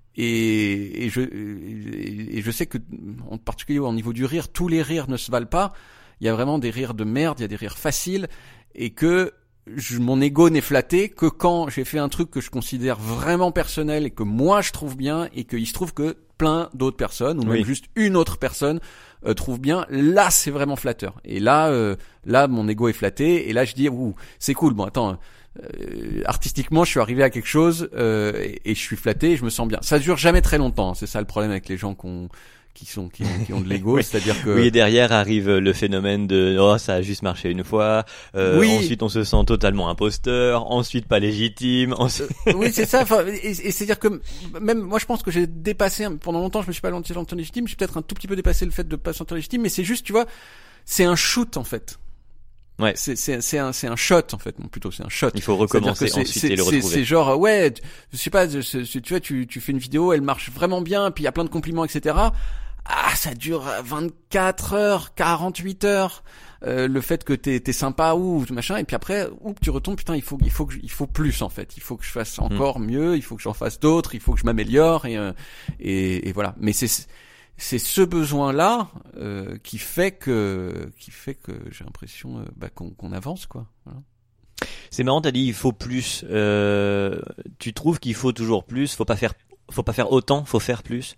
Et, et je, et, et je sais que, en particulier au niveau du rire, tous les rires ne se valent pas. Il y a vraiment des rires de merde, il y a des rires faciles, et que je, mon ego n'est flatté que quand j'ai fait un truc que je considère vraiment personnel et que moi je trouve bien, et qu'il se trouve que plein d'autres personnes, ou même oui. juste une autre personne, euh, trouve bien. Là, c'est vraiment flatteur. Et là, euh, là, mon ego est flatté, et là, je dis, ouh, c'est cool. Bon, attends. Euh, artistiquement, je suis arrivé à quelque chose euh, et, et je suis flatté, et je me sens bien. Ça dure jamais très longtemps. C'est ça le problème avec les gens qui ont, qui sont, qui ont, qui ont de l'ego, oui. C'est-à-dire que. Oui, et derrière arrive le phénomène de oh ça a juste marché une fois. Euh, oui. Ensuite, on se sent totalement imposteur. Ensuite, pas légitime. Ensuite... Euh, oui, c'est ça. Enfin, et, et c'est-à-dire que même moi, je pense que j'ai dépassé pendant longtemps. Je me suis pas senti légitime. J'ai peut-être un tout petit peu dépassé le fait de pas se sentir légitime, mais c'est juste, tu vois, c'est un shoot en fait. Ouais. C'est, c'est, c'est un, c'est un shot, en fait. Non, plutôt, c'est un shot. Il faut recommencer c'est, ensuite c'est, et le c'est, retrouver. C'est genre, ouais, je sais pas, c'est, c'est, tu vois, tu, tu fais une vidéo, elle marche vraiment bien, puis il y a plein de compliments, et cetera. Ah, ça dure vingt-quatre heures, quarante-huit heures, euh, le fait que t'es, t'es sympa ou machin, et puis après, oup, tu retombes, putain, il faut, il faut que, il faut plus, en fait. Il faut que je fasse encore mmh. mieux, il faut que j'en fasse d'autres, il faut que je m'améliore, et, euh, et, et voilà. Mais c'est, c'est ce besoin-là euh, qui fait que qui fait que j'ai l'impression euh, bah, qu'on, qu'on avance quoi. Voilà. C'est marrant, t'as dit il faut plus. Euh, tu trouves qu'il faut toujours plus? Faut pas faire, faut pas faire autant, faut faire plus.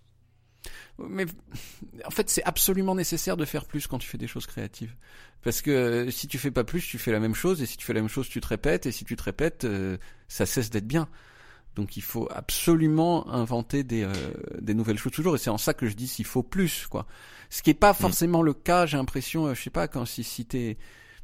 Mais en fait, c'est absolument nécessaire de faire plus quand tu fais des choses créatives, parce que euh, si tu fais pas plus, tu fais la même chose, et si tu fais la même chose, tu te répètes, et si tu te répètes, euh, ça cesse d'être bien. Donc il faut absolument inventer des euh, des nouvelles choses toujours, et c'est en ça que je dis s'il faut plus quoi. Ce qui est pas forcément mmh. le cas, j'ai l'impression, euh, je sais pas, quand si si t'es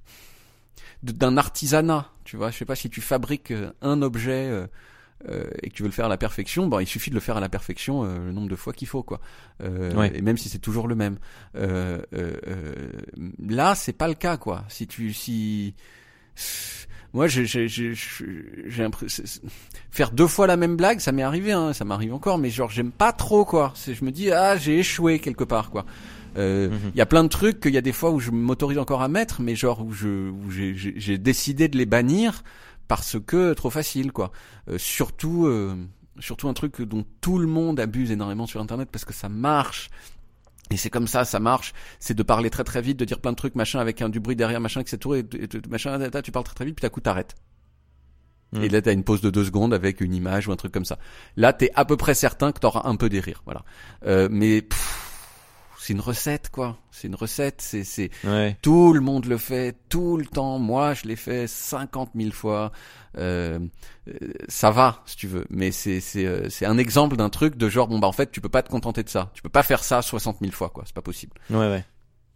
d'un artisanat, tu vois, je sais pas, si tu fabriques un objet euh, euh, et que tu veux le faire à la perfection, bon il suffit de le faire à la perfection euh, le nombre de fois qu'il faut quoi. Euh, ouais. Et même si c'est toujours le même. Euh, euh, euh, là c'est pas le cas quoi. Si tu si Moi, j'ai, j'ai, j'ai, j'ai l'impression faire deux fois la même blague, ça m'est arrivé, hein, ça m'arrive encore, mais genre j'aime pas trop quoi. C'est, je me dis ah j'ai échoué quelque part quoi. Il euh, mm-hmm. y a plein de trucs qu'il y a des fois où je m'autorise encore à mettre, mais genre où je, où j'ai, j'ai, j'ai décidé de les bannir parce que trop facile quoi. Euh, surtout, euh, surtout un truc dont tout le monde abuse énormément sur Internet parce que ça marche. Et c'est comme ça, ça marche. C'est de parler très très vite, de dire plein de trucs, machin, avec un du bruit derrière, machin, et cetera. Et, et, et machin, tu parles très très vite, puis d'un coup t'arrêtes. Mmh. Et là t'as une pause de deux secondes avec une image ou un truc comme ça. Là t'es à peu près certain que t'auras un peu des rires, voilà. Euh, mais pff, c'est une recette quoi. C'est une recette. C'est c'est ouais. Tout le monde le fait tout le temps. Moi je l'ai fait cinquante mille fois. Euh, ça va si tu veux, mais c'est c'est euh, c'est un exemple d'un truc de genre bon bah en fait tu peux pas te contenter de ça, tu peux pas faire ça soixante mille fois quoi, c'est pas possible. Ouais ouais.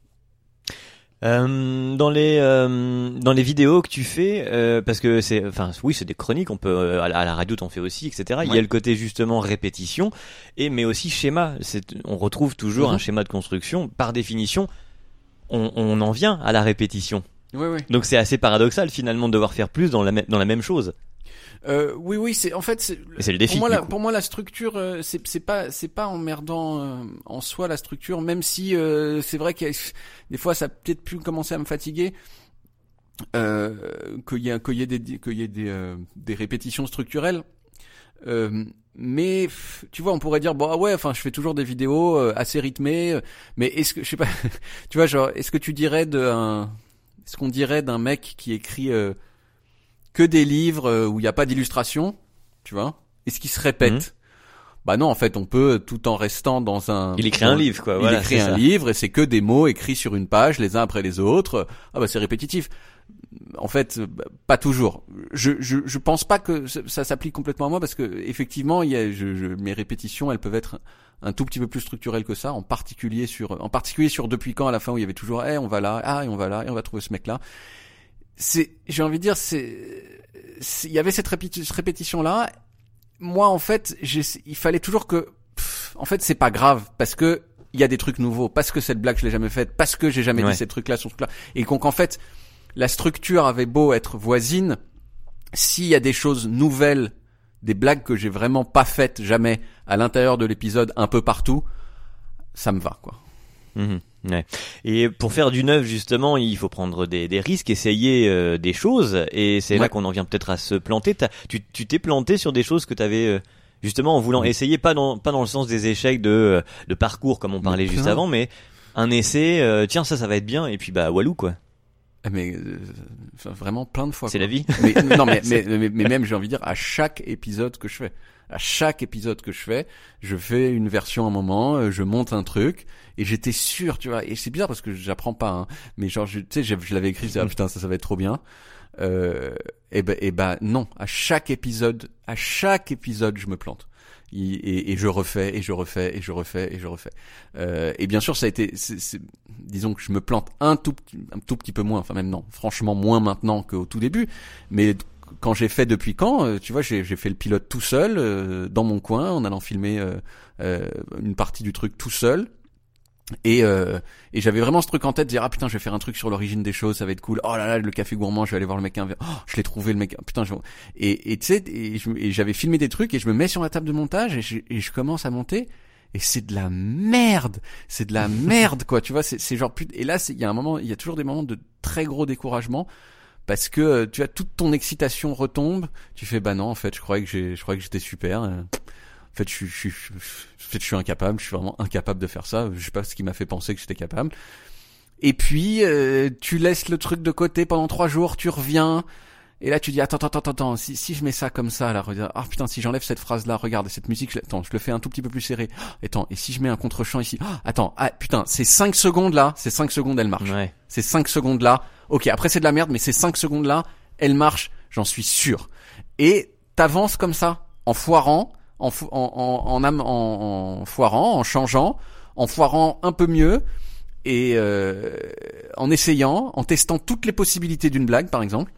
Euh, dans les euh, dans les vidéos que tu fais, euh, parce que c'est enfin oui c'est des chroniques, on peut euh, à, la, à la radio t'en fais aussi, et cetera. Ouais. Il y a le côté justement répétition et mais aussi schéma. C'est on retrouve toujours mm-hmm. un schéma de construction. Par définition, on, on en vient à la répétition. Oui, oui. Donc c'est assez paradoxal finalement de devoir faire plus dans la même dans la même chose. Euh, oui, oui, c'est en fait c'est, c'est le défi. Pour moi, la, pour moi, la structure, euh, c'est c'est pas c'est pas emmerdant euh, en soi la structure, même si euh, c'est vrai qu'il y a, des fois ça a peut-être pu commencer à me fatiguer. Euh, qu'il y a qu'il y ait des qu'il y ait des euh, des répétitions structurelles. Euh, mais tu vois, on pourrait dire bon ah ouais, enfin je fais toujours des vidéos euh, assez rythmées, euh, mais est-ce que je sais pas, tu vois genre est-ce que tu dirais de un ce qu'on dirait d'un mec qui écrit euh, que des livres euh, où il n'y a pas d'illustration, tu vois, et ce qui se répète. Mmh. Bah non, en fait, on peut, tout en restant dans un... Il écrit dans, un livre, quoi. Il voilà, écrit un ça. livre, et c'est que des mots écrits sur une page, les uns après les autres. Ah bah c'est répétitif. En fait, pas toujours. Je je je pense pas que ça s'applique complètement à moi, parce que effectivement, il y a je, je, mes répétitions, elles peuvent être un tout petit peu plus structurelles que ça, en particulier sur en particulier sur Depuis quand, à la fin, où il y avait toujours eh on va là, ah et on va là, et on va trouver ce mec là. C'est j'ai envie de dire c'est il y avait cette répétition, répétition là. Moi en fait, j'ai, il fallait toujours que pff, en fait c'est pas grave, parce que il y a des trucs nouveaux, parce que cette blague je l'ai jamais faite, parce que j'ai jamais ouais. dit ces trucs-là, ce truc-là, et donc en fait la structure avait beau être voisine, s'il y a des choses nouvelles, des blagues que j'ai vraiment pas faites jamais à l'intérieur de l'épisode, un peu partout, ça me va, quoi. Mmh, ouais. Et pour faire du neuf, justement, il faut prendre des, des risques, essayer euh, des choses, et c'est ouais. là qu'on en vient peut-être à se planter. T'as, tu, tu t'es planté sur des choses que t'avais euh, justement en voulant mmh. essayer, pas dans pas dans le sens des échecs de de parcours comme on parlait mmh. juste avant, mais un essai. Euh, tiens, ça, ça va être bien, et puis bah walou quoi. Mais euh, vraiment plein de fois. C'est quoi. la vie. Mais, non, mais, mais, mais, mais même j'ai envie de dire à chaque épisode que je fais, à chaque épisode que je fais, je fais une version à un moment, je monte un truc et j'étais sûr, tu vois. Et c'est bizarre parce que j'apprends pas, hein, mais genre, tu sais, je, je l'avais écrit, je disais, ah putain, ça, ça va être trop bien. Euh, et ben, et ben non, à chaque épisode, à chaque épisode, je me plante. Et, et, et je refais et je refais et je refais et je refais euh, et bien sûr ça a été c'est, c'est, disons que je me plante un tout petit, un tout petit peu moins, enfin même non franchement moins maintenant qu'au tout début, mais quand j'ai fait depuis quand tu vois j'ai, j'ai fait le pilote tout seul euh, dans mon coin en allant filmer euh, euh, une partie du truc tout seul. Et, euh, et j'avais vraiment ce truc en tête de dire ah putain je vais faire un truc sur l'origine des choses, ça va être cool. Oh là là le café gourmand, je vais aller voir le mec un verre. Oh je l'ai trouvé le mec. Putain je... et et tu sais et, et j'avais filmé des trucs et je me mets sur la table de montage et je, et je commence à monter et c'est de la merde, c'est de la merde quoi. Tu vois c'est c'est genre et là il y a un moment il y a toujours des moments de très gros découragement parce que tu as toute ton excitation retombe. Tu fais bah non en fait je croyais que j'ai je croyais que j'étais super. En fait, je suis, je suis, en fait, je suis incapable. Je suis vraiment incapable de faire ça. Je sais pas ce qui m'a fait penser que j'étais capable. Et puis, euh, tu laisses le truc de côté pendant trois jours. Tu reviens. Et là, tu dis attends, attends, attends, attends. Si, si je mets ça comme ça, là, regarde. Ah putain, si j'enlève cette phrase-là, regarde cette musique. Je, attends, je le fais un tout petit peu plus serré. Attends, et si je mets un contre-champ ici. Ah, attends, ah putain, ces cinq secondes là, ces cinq secondes, elles marchent. Ouais. Ces cinq secondes là. Ok, après c'est de la merde, mais ces cinq secondes là, elles marchent. J'en suis sûr. Et t'avances comme ça, en foirant. En, en, en, en, en, en foirant, en changeant, en foirant un peu mieux et euh, en essayant, en testant toutes les possibilités d'une blague par exemple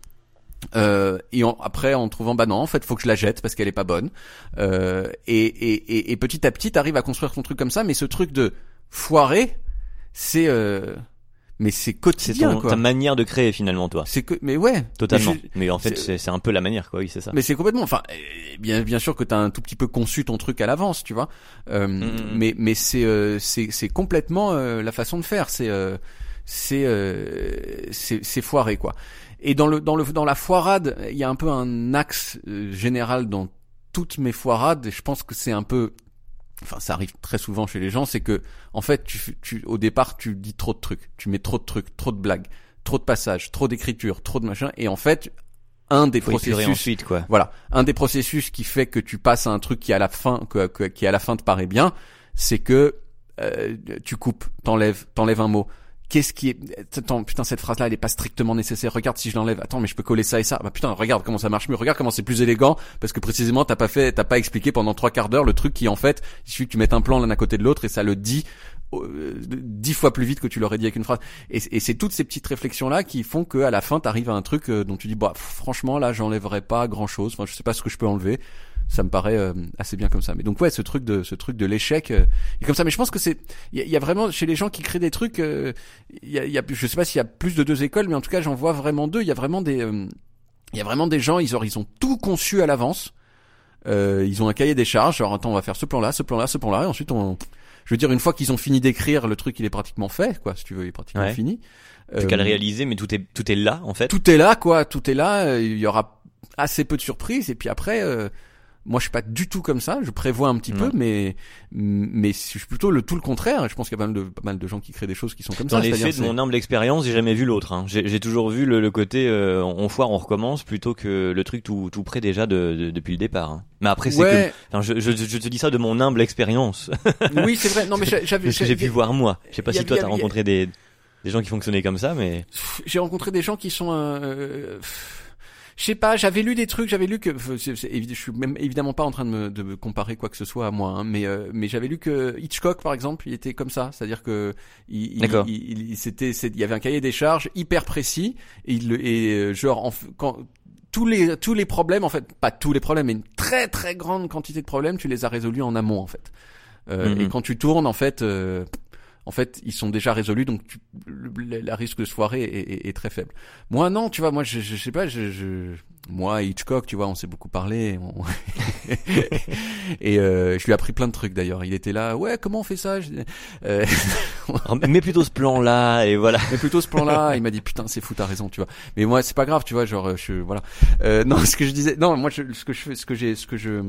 euh, et en, après en trouvant bah non en fait faut que je la jette parce qu'elle est pas bonne euh, et, et, et, et petit à petit t'arrives à construire ton truc comme ça, mais ce truc de foirer c'est euh, mais c'est quotidien, c'est ton, quoi. Ta manière de créer finalement toi. C'est que mais ouais, totalement. Mais, je, mais en fait c'est, c'est, c'est un peu la manière quoi, oui c'est ça. Mais c'est complètement. Enfin bien bien sûr que t'as un tout petit peu conçu ton truc à l'avance, tu vois. Euh, mmh. Mais mais c'est euh, c'est c'est complètement euh, la façon de faire. C'est euh, c'est euh, c'est c'est foiré quoi. Et dans le dans le dans la foirade, il y a un peu un axe euh, général dans toutes mes foirades. Et je pense que c'est un peu enfin ça arrive très souvent chez les gens, c'est que en fait tu, tu au départ tu dis trop de trucs, tu mets trop de trucs, trop de blagues, trop de passages, trop d'écriture, trop de machin, et en fait un des Faut processus ensuite, quoi. Voilà, un des processus qui fait que tu passes à un truc qui à la fin que, que, qui à la fin te paraît bien, c'est que euh, tu coupes, t'enlèves, t'enlèves un mot. Qu'est-ce qui est... Attends, putain, cette phrase-là, elle est pas strictement nécessaire. Regarde si je l'enlève. Attends, mais je peux coller ça et ça. Bah putain, regarde comment ça marche mieux. Regarde comment c'est plus élégant, parce que précisément, t'as pas fait, t'as pas expliqué pendant trois quarts d'heure le truc qui, en fait, il suffit que tu mettes un plan l'un à côté de l'autre et ça le dit euh, dix fois plus vite que tu l'aurais dit avec une phrase. Et, et c'est toutes ces petites réflexions-là qui font que à la fin, t'arrives à un truc euh, dont tu dis, bah franchement, là, j'enlèverai pas grand-chose. Enfin, je sais pas ce que je peux enlever. Ça me paraît euh, assez bien comme ça. Mais donc ouais, ce truc de ce truc de l'échec euh, est comme ça. Mais je pense que c'est il y, y a vraiment chez les gens qui créent des trucs, il euh, y, a, y a je sais pas s'il y a plus de deux écoles, mais en tout cas j'en vois vraiment deux. Il y a vraiment des il euh, y a vraiment des gens, ils ont ils ont tout conçu à l'avance. Euh, ils ont un cahier des charges. Genre attends, on va faire ce plan-là, ce plan-là, ce plan-là, et ensuite on, je veux dire une fois qu'ils ont fini d'écrire, le truc il est pratiquement fait, quoi. Si tu veux, il est pratiquement ouais. fini. Plus euh, qu'à le réaliser, mais tout est tout est là en fait. Tout est là, quoi. Tout est là. Il y aura assez peu de surprises, et puis après. Euh, Moi, je suis pas du tout comme ça. Je prévois un petit non. peu, mais mais je suis plutôt le tout le contraire. Je pense qu'il y a pas mal de pas mal de gens qui créent des choses qui sont comme Dans ça. Dans les faits, de mon humble expérience, j'ai jamais vu l'autre. Hein. J'ai, j'ai toujours vu le, le côté euh, on foire, on recommence, plutôt que le truc tout tout prêt déjà de, de depuis le départ. Hein. Mais après, c'est ouais. que enfin, je, je je te dis ça de mon humble expérience. Oui, c'est vrai. Non, mais j'avais. Parce que j'ai pu voir moi. Je sais pas si toi t'as rencontré des des gens qui fonctionnaient comme ça, mais j'ai rencontré des gens qui sont. Euh... Je sais pas, j'avais lu des trucs, j'avais lu que c'est, c'est, je suis même évidemment pas en train de me, de me comparer quoi que ce soit à moi, hein, mais euh, mais j'avais lu que Hitchcock par exemple, il était comme ça, c'est-à-dire que il, D'accord. il, il, il c'était, c'est, il y avait un cahier des charges hyper précis et il et genre en, quand tous les tous les problèmes en fait, pas tous les problèmes, mais une très très grande quantité de problèmes, tu les as résolus en amont en fait. Euh, mm-hmm. Et quand tu tournes, en fait, euh, en fait, ils sont déjà résolus, donc tu, le, la risque de se foirer est, est, est très faible. Moi, non, tu vois, moi, je, je, je sais pas, je, je, moi, Hitchcock, tu vois, on s'est beaucoup parlé, on... et euh, je lui ai appris plein de trucs d'ailleurs. Il était là, ouais, comment on fait ça? Je... Euh... Mets plutôt ce plan-là et voilà. Mais plutôt ce plan-là. Il m'a dit putain, c'est fou, t'as raison, tu vois. Mais moi, c'est pas grave, tu vois, genre, je, voilà. Euh, non, ce que je disais, non, moi, je, ce que je fais, ce que j'ai, ce que je,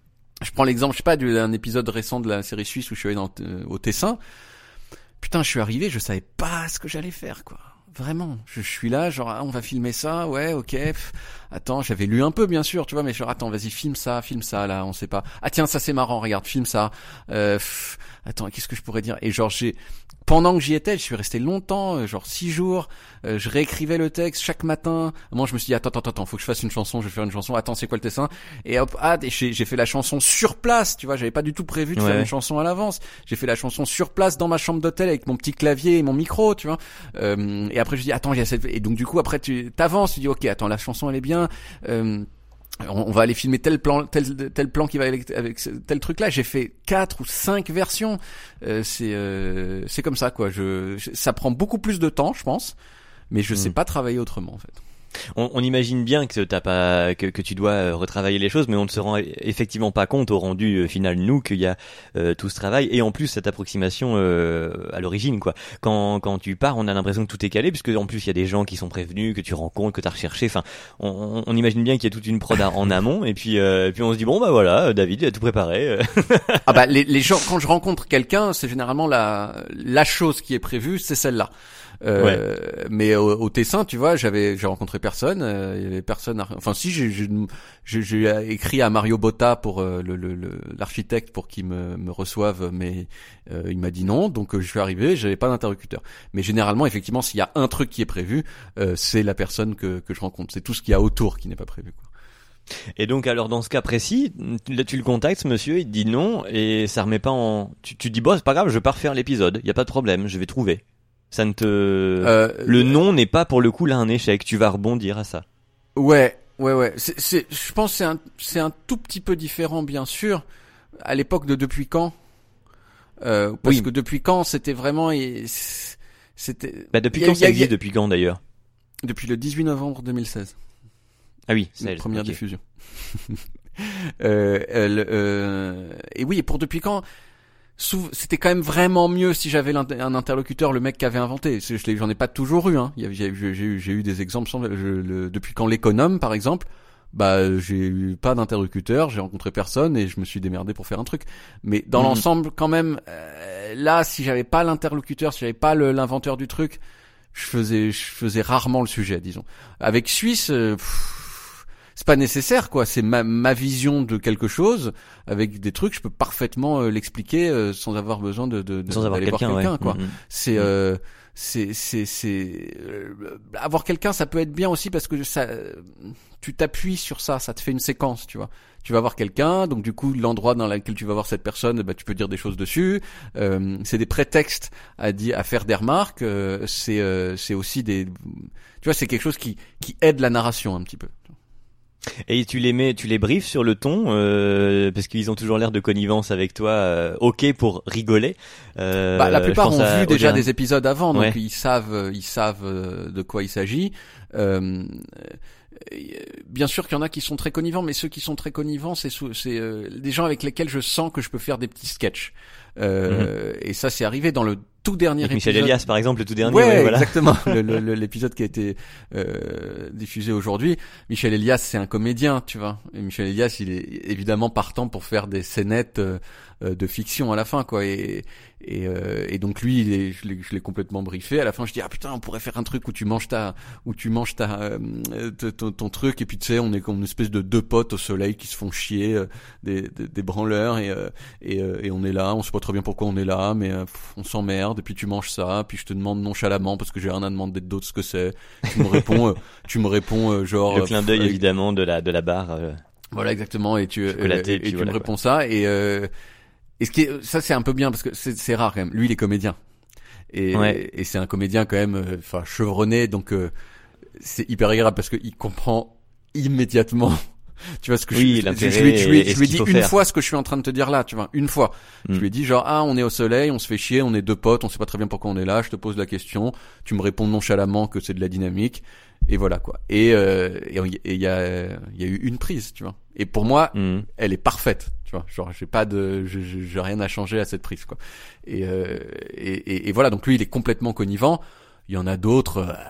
je prends l'exemple, je sais pas, d'un épisode récent de la série suisse où je suis allé dans, euh, au Tessin. Putain, je suis arrivé, je savais pas ce que j'allais faire, quoi. Vraiment, je, je suis là, genre, ah, on va filmer ça, ouais, ok. Pff, attends, j'avais lu un peu, bien sûr, tu vois, mais genre, attends, vas-y, filme ça, filme ça, là, on sait pas. Ah tiens, ça c'est marrant, regarde, filme ça. Euh, pff, attends, qu'est-ce que je pourrais dire? Et genre, j'ai, pendant que j'y étais, je suis resté longtemps, genre six jours. Euh, je réécrivais le texte chaque matin. Moi, je me suis dit, attends, attends, attends, faut que je fasse une chanson. Je vais faire une chanson. Attends, c'est quoi le dessin? Et hop, ah, et j'ai, j'ai fait la chanson sur place. Tu vois, j'avais pas du tout prévu de ouais. faire une chanson à l'avance. J'ai fait la chanson sur place dans ma chambre d'hôtel avec mon petit clavier et mon micro, tu vois. Euh, et après, je dis, attends, j'ai cette. Et donc, du coup, après, tu t'avances. Tu dis, ok, attends, la chanson, elle est bien. Euh, on va aller filmer tel plan, tel tel plan qui va avec, avec tel truc là. J'ai fait quatre ou cinq versions. Euh, c'est euh, c'est comme ça quoi. Je, je ça prend beaucoup plus de temps, je pense, mais je mmh. sais pas travailler autrement en fait. On, on imagine bien que t'as pas que, que tu dois retravailler les choses, mais on ne se rend effectivement pas compte au rendu final nous qu'il y a euh, tout ce travail et en plus cette approximation euh, à l'origine quoi. Quand quand tu pars, on a l'impression que tout est calé puisque en plus il y a des gens qui sont prévenus, que tu rencontres, que t'as recherché. Enfin, on, on imagine bien qu'il y a toute une prod en amont et puis euh, et puis on se dit bon bah voilà, David a tout préparé. Ah bah les les gens quand je rencontre quelqu'un, c'est généralement la la chose qui est prévue, c'est celle-là. Euh, ouais. Mais au, au Tessin, tu vois, j'avais, j'ai rencontré personne. Euh, il y avait personne. À, enfin, si j'ai, j'ai, j'ai, j'ai écrit à Mario Botta pour euh, le, le, le, l'architecte pour qu'il me, me reçoive, mais euh, il m'a dit non. Donc euh, je suis arrivé, j'avais pas d'interlocuteur. Mais généralement, effectivement, s'il y a un truc qui est prévu, euh, c'est la personne que que je rencontre. C'est tout ce qu'il y a autour qui n'est pas prévu, quoi. Et donc alors dans ce cas précis, là tu le contactes ce monsieur, il te dit non et ça remet pas en. Tu, tu te dis bon c'est pas grave, je vais pas refaire l'épisode, y a pas de problème, je vais trouver. Ça ne te, euh, le non n'est pas pour le coup là un échec. Tu vas rebondir à ça. Ouais, ouais, ouais. C'est, c'est, je pense que c'est un, c'est un tout petit peu différent, bien sûr. À l'époque de Depuis quand, euh, parce oui. que Depuis quand, c'était vraiment, c'était. Bah depuis quand a, ça a, existe a, Depuis quand d'ailleurs? Depuis le dix-huit novembre deux mille seize. Ah oui, c'est la première okay. diffusion. euh, euh, euh, et oui, pour Depuis quand. C'était quand même vraiment mieux si j'avais un interlocuteur, le mec qui avait inventé. Je j'en ai pas toujours eu. Hein. J'ai, j'ai, eu, j'ai eu des exemples. Je, le, depuis quand l'économe, par exemple, bah j'ai eu pas d'interlocuteur, j'ai rencontré personne et je me suis démerdé pour faire un truc. Mais dans mmh. l'ensemble, quand même, euh, là, si j'avais pas l'interlocuteur, si j'avais pas le, l'inventeur du truc, je faisais, je faisais rarement le sujet, disons. Avec Suisse. Euh, pff, c'est pas nécessaire quoi, c'est ma ma vision de quelque chose avec des trucs, je peux parfaitement euh, l'expliquer euh, sans avoir besoin de de, de sans avoir d'aller quelqu'un, voir quelqu'un ouais. quoi. Mm-hmm. C'est mm-hmm. euh, c'est c'est c'est euh, avoir quelqu'un ça peut être bien aussi parce que ça tu t'appuies sur ça, ça te fait une séquence, tu vois. Tu vas voir quelqu'un, donc du coup l'endroit dans lequel tu vas voir cette personne, bah tu peux dire des choses dessus. Euh, c'est des prétextes à dire, à faire des remarques. Euh, c'est euh, c'est aussi des, tu vois, c'est quelque chose qui qui aide la narration un petit peu. Et tu les mets, tu les briefes sur le ton, euh, parce qu'ils ont toujours l'air de connivence avec toi, euh, ok pour rigoler. Euh, bah, la plupart ont vu déjà dernier... des épisodes avant, donc ouais. ils savent, ils savent de quoi il s'agit. Euh, bien sûr qu'il y en a qui sont très connivents, mais ceux qui sont très connivents, c'est, c'est euh, des gens avec lesquels je sens que je peux faire des petits sketchs. Euh, mm-hmm. Et ça, c'est arrivé dans le tout dernier avec épisode. Michel Elias, par exemple, le tout dernier. Ouais, ouais voilà. exactement. le, le, l'épisode qui a été euh, diffusé aujourd'hui. Michel Elias, c'est un comédien, tu vois. Et Michel Elias, il est évidemment partant pour faire des scénettes euh, de fiction à la fin, quoi. Et et, euh, et donc lui, il est, je, l'ai, je l'ai complètement briefé. À la fin, je dis ah putain, on pourrait faire un truc où tu manges ta, où tu manges ta, euh, ton, ton truc. Et puis tu sais, on est comme une espèce de deux potes au soleil qui se font chier, euh, des, des, des branleurs, et euh, et, euh, et on est là. On sait pas très bien pourquoi on est là, mais euh, pff, on s'emmerde. Et puis tu manges ça. Puis je te demande nonchalamment parce que j'ai rien à demander d'autre ce que c'est. Tu me réponds, euh, tu me réponds euh, genre le clin d'œil euh, évidemment de la de la barre. Euh... Voilà exactement. Et tu euh, et, et tu voilà, me réponds quoi. ça et euh, et ce qui est, ça c'est un peu bien parce que c'est, c'est rare quand même. Lui il est comédien et, ouais. et c'est un comédien quand même, enfin euh, chevronné, donc euh, c'est hyper agréable parce que il comprend immédiatement Tu vois ce que oui, je, l'intérêt je, je, je, je lui ai, et je lui ai ce dit qu'il faut une faire. fois ce que je suis en train de te dire là, tu vois, une fois. Mm. Je lui ai dit genre ah on est au soleil, on se fait chier, on est deux potes, on sait pas très bien pourquoi on est là, je te pose la question, tu me réponds nonchalamment que c'est de la dynamique et voilà quoi. Et euh, et il y a il y a eu une prise, tu vois. Et pour moi, Mm. elle est parfaite, tu vois. Genre j'ai pas de je, je, j'ai rien à changer à cette prise quoi. Et, euh, et, et et voilà, donc lui il est complètement connivant. Il y en a d'autres, euh,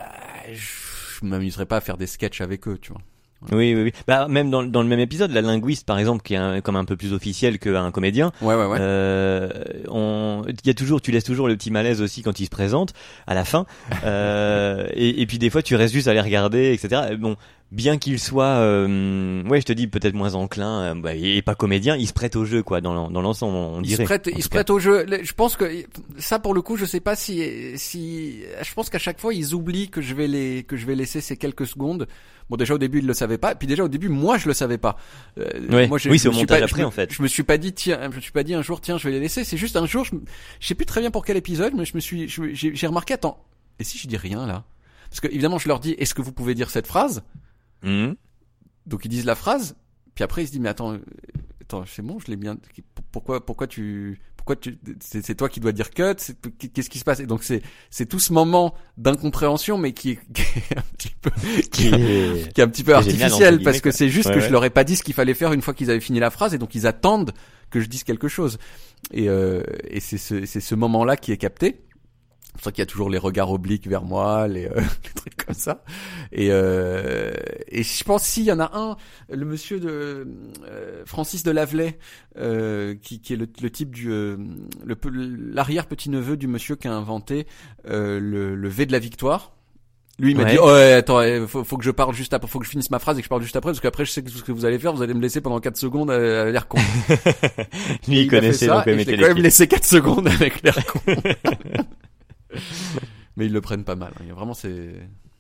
je m'amuserais pas à faire des sketchs avec eux, tu vois. Oui, oui, oui. Bah, même dans, dans le même épisode, la linguiste, par exemple, qui est un, comme un peu plus officiel qu'un comédien. Ouais, ouais, ouais. Euh, on, il y a toujours, tu laisses toujours le petit malaise aussi quand il se présente, à la fin. Euh, et, et puis des fois, tu restes juste à les regarder, et cetera. Bon, bien qu'il soit, euh, ouais, je te dis, peut-être moins enclin, euh, bah, et pas comédien, il se prête au jeu, quoi, dans, dans l'ensemble, on il dirait. Se prête, il se prête au jeu. Je pense que ça, pour le coup, je sais pas si, si, je pense qu'à chaque fois, ils oublient que je vais les, que je vais laisser ces quelques secondes. Bon, déjà au début, ils le savaient pas. Et puis déjà au début, moi, je le savais pas. Euh, ouais. moi, je, oui, je c'est au me suis montage pas, après, je me, en fait. Je me suis pas dit, tiens, je me suis pas dit un jour, tiens, je vais les laisser. C'est juste un jour, je, je sais plus très bien pour quel épisode, mais je me suis, je, j'ai, j'ai remarqué, attends, et si je dis rien là? Parce que évidemment, je leur dis, est-ce que vous pouvez dire cette phrase? Mmh. Donc ils disent la phrase, puis après ils se disent mais attends, euh, attends, c'est bon, je l'ai bien. Pourquoi, pourquoi tu, pourquoi tu, c'est, c'est toi qui dois dire cut. C'est, qu'est-ce qui se passe? Et donc c'est, c'est tout ce moment d'incompréhension, mais qui est, qui est un petit peu, qui, est, qui est un petit peu artificiel génial, parce que c'est juste ouais, que ouais. je leur ai pas dit ce qu'il fallait faire une fois qu'ils avaient fini la phrase, et donc ils attendent que je dise quelque chose. Et, euh, et c'est ce, c'est ce moment-là qui est capté. C'est pour ça qu'il y a toujours les regards obliques vers moi, les, euh, les trucs comme ça. Et, euh, et je pense s'il y en a un, le monsieur de euh, Francis de Lavelay, euh, qui, qui est le, le type du euh, le, l'arrière petit neveu du monsieur qui a inventé euh, le, le V de la victoire. Lui il m'a ouais. dit oh ouais, attends faut, faut que je parle juste après, faut que je finisse ma phrase et que je parle juste après parce qu'après je sais que ce que vous allez faire, vous allez me laisser pendant quatre secondes à, à l'air con. Lui il, il connaissait ça, donc il je l'ai quand même laissé quatre secondes avec l'air con. Mais ils le prennent pas mal. Hein. Vraiment, c'est.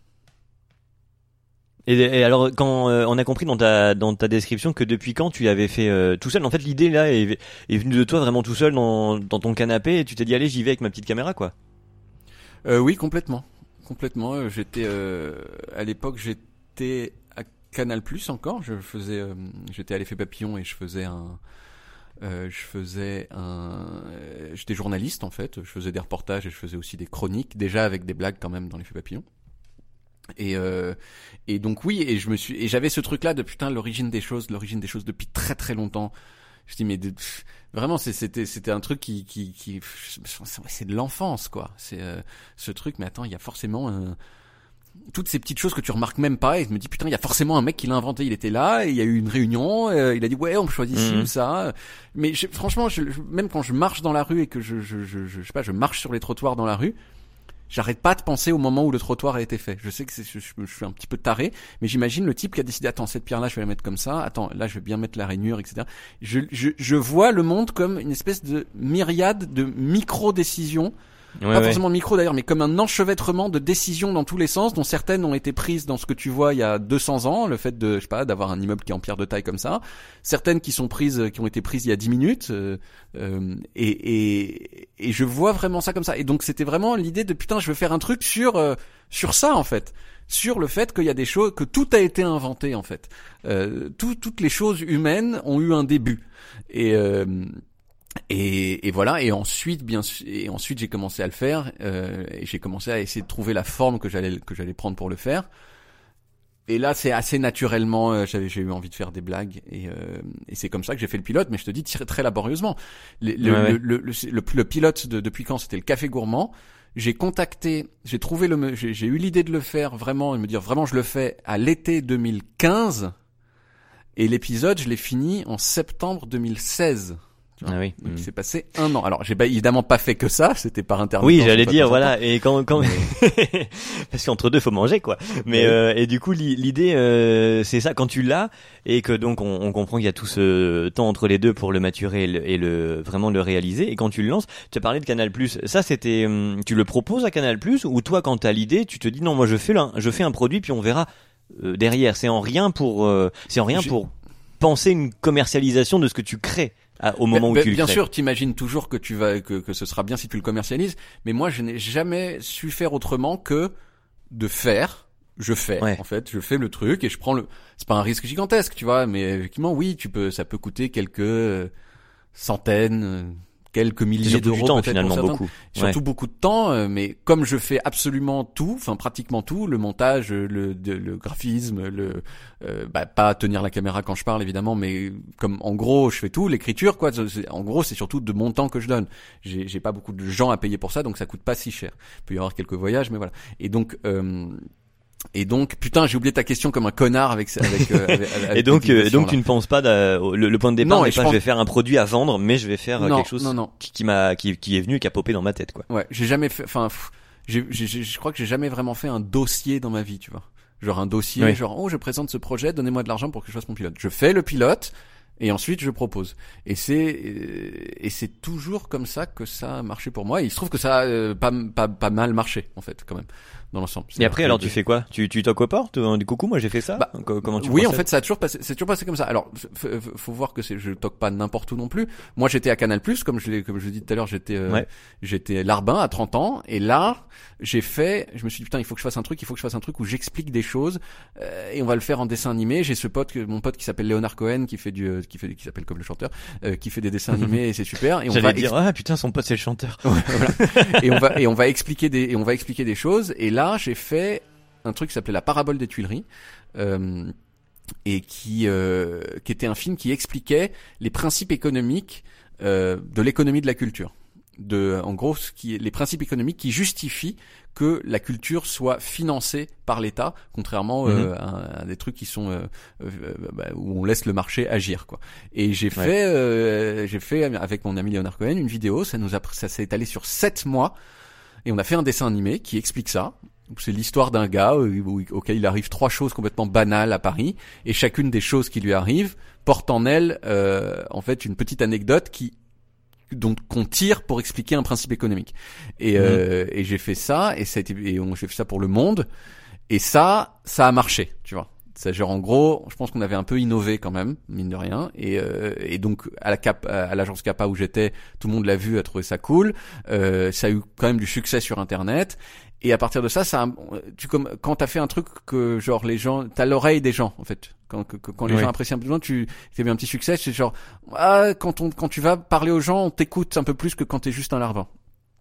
Et, et alors, quand euh, on a compris dans ta dans ta description que depuis quand tu l'avais fait euh, tout seul. En fait, l'idée là est, est venue de toi vraiment tout seul dans dans ton canapé et tu t'es dit allez, j'y vais avec ma petite caméra, quoi. Euh, oui, complètement, complètement. J'étais euh, à l'époque, j'étais à Canal Plus encore. Je faisais, euh, j'étais à l'Effet Papillon et je faisais un. Euh, je faisais un, euh, j'étais journaliste en fait, je faisais des reportages et je faisais aussi des chroniques, déjà avec des blagues quand même dans l'Effet Papillon. Et euh, et donc oui, et je me suis, et j'avais ce truc-là de putain l'origine des choses, l'origine des choses depuis très très longtemps. Je dis mais de, pff, vraiment c'est, c'était c'était un truc qui qui qui c'est de l'enfance quoi. C'est euh, ce truc, mais attends il y a forcément un toutes ces petites choses que tu remarques même pas et je me dis putain il y a forcément un mec qui l'a inventé, il était là et il y a eu une réunion, euh, il a dit ouais on choisit ci mmh. ou ça, mais je, franchement je, je, même quand je marche dans la rue et que je je, je je je sais pas je marche sur les trottoirs dans la rue, j'arrête pas de penser au moment où le trottoir a été fait. Je sais que c'est, je, je, je suis un petit peu taré, mais j'imagine le type qui a décidé attends cette pierre là je vais la mettre comme ça, attends là je vais bien mettre la rainure, etc. Je je je vois le monde comme une espèce de myriade de micro décisions. Ouais, pas ouais. forcément de micro d'ailleurs, mais comme un enchevêtrement de décisions dans tous les sens, dont certaines ont été prises dans ce que tu vois il y a deux cents ans, le fait de, je sais pas, d'avoir un immeuble qui est en pierre de taille comme ça, certaines qui sont prises, qui ont été prises il y a dix minutes, euh, euh, et, et, et je vois vraiment ça comme ça. Et donc c'était vraiment l'idée de putain, je veux faire un truc sur, euh, sur ça en fait. Sur le fait qu'il y a des choses, que tout a été inventé en fait. Euh, tout, toutes les choses humaines ont eu un début. Et, euh, Et, et voilà. Et ensuite, bien et ensuite, j'ai commencé à le faire. Euh, et j'ai commencé à essayer de trouver la forme que j'allais que j'allais prendre pour le faire. Et là, c'est assez naturellement, euh, j'avais j'ai eu envie de faire des blagues. Et, euh, et c'est comme ça que j'ai fait le pilote. Mais je te dis très, très laborieusement. Le, le, ouais, le, le, le, le, le pilote de depuis quand c'était le Café Gourmand. J'ai contacté, j'ai trouvé le, j'ai, j'ai eu l'idée de le faire vraiment et me dire vraiment je le fais à l'été deux mille quinze. Et l'épisode, je l'ai fini en septembre deux mille seize. Ah oui. Donc, il s'est passé un an. Alors, j'ai pas, évidemment pas fait que ça, c'était par internet. Oui, j'allais dire, voilà. Et quand, quand, parce qu'entre deux, faut manger, quoi. Mais, oui. euh, et du coup, l'idée, euh, c'est ça, quand tu l'as, et que donc, on, on comprend qu'il y a tout ce temps entre les deux pour le maturer et le, et le vraiment le réaliser. Et quand tu le lances, tu as parlé de Canal+. Ça, c'était, tu le proposes à Canal+, ou toi, quand t'as l'idée, tu te dis, non, moi, je fais là, je fais un produit, puis on verra, euh, derrière. C'est en rien pour, euh, c'est en rien j'ai... pour penser une commercialisation de ce que tu crées. Ah, au moment ben, où tu ben, le bien crées. sûr, t'imagines toujours que tu vas que, que ce sera bien si tu le commercialises, mais moi je n'ai jamais su faire autrement que de faire je fais ouais. en fait, je fais le truc et je prends le. C'est pas un risque gigantesque, tu vois, mais effectivement, oui, tu peux, ça peut coûter quelques centaines, quelques milliers d'euros du temps, peut-être finalement pour certains. beaucoup. Surtout Ouais. beaucoup de temps, mais comme je fais absolument tout, enfin pratiquement tout, le montage, le, de, le graphisme, le, euh, bah, pas tenir la caméra quand je parle évidemment, mais comme en gros je fais tout, l'écriture quoi. En gros c'est surtout de mon temps que je donne. J'ai, j'ai pas beaucoup de gens à payer pour ça, donc ça coûte pas si cher. Il peut y avoir quelques voyages, mais voilà. Et donc euh, Et donc, putain, j'ai oublié ta question comme un connard avec avec. Euh, avec, avec et donc, euh, donc là. tu ne penses pas le, le point de départ non, n'est je pas pense... je vais faire un produit à vendre, mais je vais faire non, quelque chose non, non. qui, qui m'a qui, qui est venu et qui a popé dans ma tête quoi. Ouais, j'ai jamais fait. Enfin, j'ai, j'ai, je crois que j'ai jamais vraiment fait un dossier dans ma vie, tu vois. Genre un dossier, oui. genre oh je présente ce projet, donnez-moi de l'argent pour que je fasse mon pilote. Je fais le pilote. Et ensuite, je propose. Et c'est et c'est toujours comme ça que ça a marché pour moi. Et il se trouve que ça a euh, pas pas pas mal marché en fait, quand même, dans l'ensemble. Et après, alors, tu fais quoi? Tu tu toques aux portes? Du coucou, moi j'ai fait ça. Bah, Comment tu Oui, procèdes? en fait, ça a toujours passé. C'est toujours passé comme ça. Alors, f- f- faut voir que c'est, je toque pas n'importe où non plus. Moi, j'étais à Canal+, comme je l'ai, comme je l'ai dit tout à l'heure, j'étais, euh, ouais. j'étais larbin à trente ans. Et là, j'ai fait. Je me suis dit putain, il faut que je fasse un truc. Il faut que je fasse un truc où j'explique des choses. Euh, et on va le faire en dessin animé. J'ai ce pote, mon pote qui s'appelle Léonard Cohen, qui fait du, qui fait, qui s'appelle comme le chanteur, euh, qui fait des dessins animés et c'est super. Et on J'allais va dire ex- ah putain son pote c'est le chanteur. Ouais, voilà. et on va et on va expliquer des et on va expliquer des choses. Et là, j'ai fait un truc qui s'appelait La Parabole des Tuileries. Euh, et qui euh, qui était un film qui expliquait les principes économiques euh, de l'économie de la culture. De, en gros, ce qui est, les principes économiques qui justifient que la culture soit financée par l'État, contrairement mmh. euh, à, à des trucs qui sont euh, euh, bah, où on laisse le marché agir, quoi. Et j'ai ouais. fait, euh, j'ai fait avec mon ami Léonard Cohen une vidéo. Ça nous a, ça s'est étalé sur sept mois, et on a fait un dessin animé qui explique ça. C'est l'histoire d'un gars où, auquel il arrive trois choses complètement banales à Paris, et chacune des choses qui lui arrivent porte en elle, euh, en fait, une petite anecdote qui donc qu'on tire pour expliquer un principe économique. Et, mmh. euh, et j'ai fait ça, et ça a été, et on, j'ai fait ça pour Le Monde, et ça, ça a marché, tu vois. Ça, genre en gros, je pense qu'on avait un peu innové quand même, mine de rien, et, euh, et donc à la Cap, à l'agence Kappa où j'étais, tout le monde l'a vu, a trouvé ça cool. Euh, ça a eu quand même du succès sur Internet. Et à partir de ça, ça, tu comme quand t'as fait un truc que genre les gens, t'as l'oreille des gens en fait. Quand que, quand les oui. gens apprécient un peu, tu t'as eu un petit succès, c'est genre ah quand on quand tu vas parler aux gens, on t'écoute un peu plus que quand t'es juste un larbin.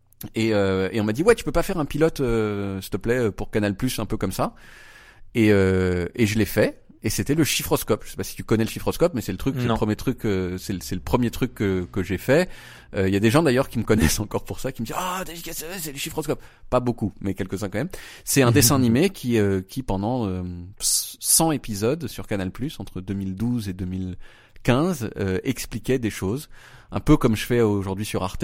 Et euh, et on m'a dit ouais, tu peux pas faire un pilote euh, s'il te plaît pour Canal+, un peu comme ça. Et euh, et je l'ai fait. Et c'était le chiffroscope. Je sais pas si tu connais le chiffroscope, mais c'est le truc, c'est le premier truc, euh, c'est, le, c'est le premier truc que, que j'ai fait. Il euh, y a des gens d'ailleurs qui me connaissent encore pour ça, qui me disent ah, t'as dit qu'est-ce que c'est, c'est le chiffroscope. Pas beaucoup, mais quelques-uns quand même. C'est un dessin animé qui, euh, qui pendant euh, cent épisodes sur Canal+, entre deux mille douze et deux mille quinze, euh, expliquait des choses, un peu comme je fais aujourd'hui sur Arte,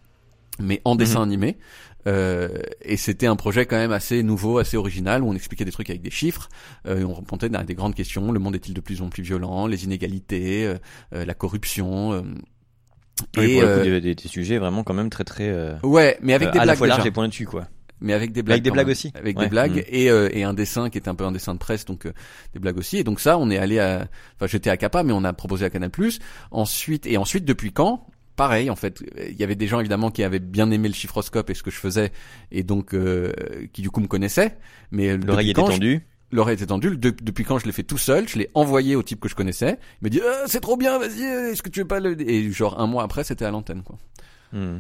mais en dessin mmh. animé. Euh, et c'était un projet quand même assez nouveau, assez original, où on expliquait des trucs avec des chiffres, euh, et on répondait à des grandes questions. Le monde est-il de plus en plus violent? Les inégalités, euh, euh, la corruption. Euh, oui, et pour le coup, des, des, des sujets vraiment quand même très très. Euh, ouais, mais avec euh, des à blagues la fois déjà. large et pointues quoi. Mais avec des blagues. Avec des blagues même. aussi. Avec ouais. des blagues mmh. et euh, et un dessin qui était un peu un dessin de presse, donc euh, des blagues aussi. Et donc ça, on est allé à. Enfin, j'étais à Kappa, mais on a proposé à Canal+. Ensuite et ensuite depuis quand? Pareil, en fait, il y avait des gens évidemment qui avaient bien aimé le chiffroscope et ce que je faisais, et donc euh, qui du coup me connaissaient. Mais l'oreille était tendue. Je, l'oreille était tendue. De, depuis quand je l'ai fait tout seul, je l'ai envoyé au type que je connaissais. Il me dit ah, c'est trop bien, vas-y, est-ce que tu veux pas le... Et genre un mois après, c'était à l'antenne, quoi. Hmm.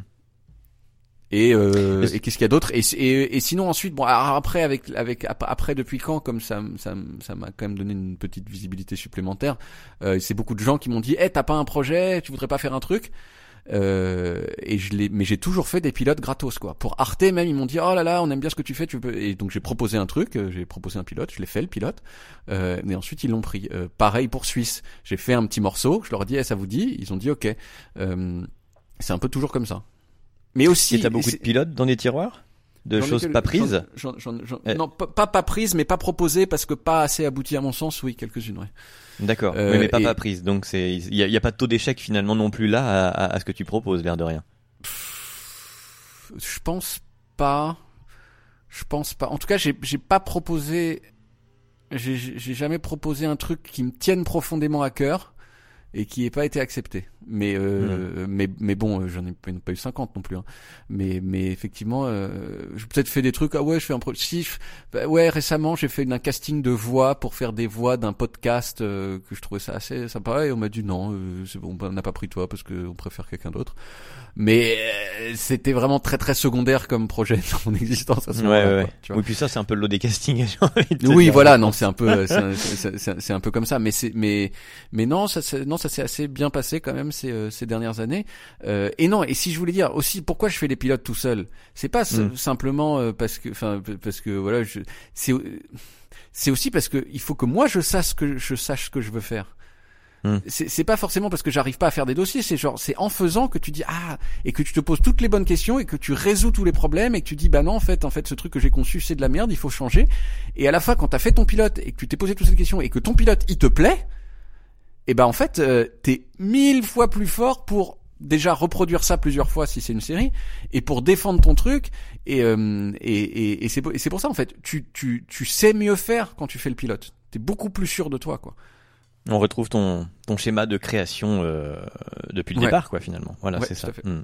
Et, euh, et qu'est-ce qu'il y a d'autre et, et, et sinon ensuite bon après avec avec après depuis quand comme ça ça ça m'a quand même donné une petite visibilité supplémentaire. Euh, c'est beaucoup de gens qui m'ont dit eh hey, t'as pas un projet, tu voudrais pas faire un truc. Euh, et je l'ai, mais j'ai toujours fait des pilotes gratos quoi. Pour Arte même ils m'ont dit oh là là on aime bien ce que tu fais, tu peux. Et donc j'ai proposé un truc, j'ai proposé un pilote, je l'ai fait le pilote. Euh, mais ensuite ils l'ont pris. Euh, pareil pour Suisse, j'ai fait un petit morceau, je leur ai dit eh, ça vous dit, ils ont dit ok. Euh, c'est un peu toujours comme ça. Mais aussi. Et t'as beaucoup de pilotes dans des tiroirs de choses que, pas prises. J'en, j'en, j'en, eh. Non, pas, pas pas prises, mais pas proposées parce que pas assez abouties à mon sens. Oui, quelques-unes, ouais. D'accord. Euh, oui, mais pas et... pas prises. Donc c'est, il y a, y a pas de taux d'échec finalement non plus là à, à, à ce que tu proposes, l'air de rien. Je pense pas. Je pense pas. En tout cas, j'ai, j'ai pas proposé. J'ai, j'ai jamais proposé un truc qui me tienne profondément à cœur et qui ait pas été accepté. Mais euh, mmh. mais mais bon, j'en ai pas, pas eu cinquante non plus. Hein. Mais mais effectivement, euh, j'ai peut-être fait des trucs. Ah ouais, je fais un pro. Si, je... bah ouais, récemment, j'ai fait un casting de voix pour faire des voix d'un podcast euh, que je trouvais ça assez sympa et on m'a dit non, euh, c'est bon, on n'a pas pris toi parce que on préfère quelqu'un d'autre. Mais euh, c'était vraiment très très secondaire comme projet dans mon existence à ce moment-là. Ouais, ouais. Quoi, tu vois. Oui, puis ça c'est un peu le lot des castings. Oui, voilà, non, c'est un peu, c'est, c'est, c'est, c'est un peu comme ça. Mais c'est, mais mais non, ça, c'est, non, ça s'est assez bien passé quand même ces euh, ces dernières années. Euh, et non, et si je voulais dire aussi pourquoi je fais les pilotes tout seul, c'est pas mm. simplement euh, parce que, enfin, parce que voilà, je, c'est c'est aussi parce que il faut que moi je sache que je sache ce que je veux faire. Mm. C'est, c'est pas forcément parce que j'arrive pas à faire des dossiers, c'est genre c'est en faisant que tu dis ah et que tu te poses toutes les bonnes questions et que tu résous tous les problèmes et que tu dis bah non en fait en fait ce truc que j'ai conçu c'est de la merde, il faut changer. Et à la fin quand t'as fait ton pilote et que tu t'es posé toutes ces questions et que ton pilote il te plaît, et ben en fait euh, t'es mille fois plus fort pour déjà reproduire ça plusieurs fois si c'est une série et pour défendre ton truc et euh, et, et, et c'est et c'est pour ça en fait tu tu tu sais mieux faire quand tu fais le pilote. T'es beaucoup plus sûr de toi quoi. On retrouve ton ton schéma de création euh, depuis le ouais. départ, quoi, finalement. Voilà, ouais, c'est ça. Mmh.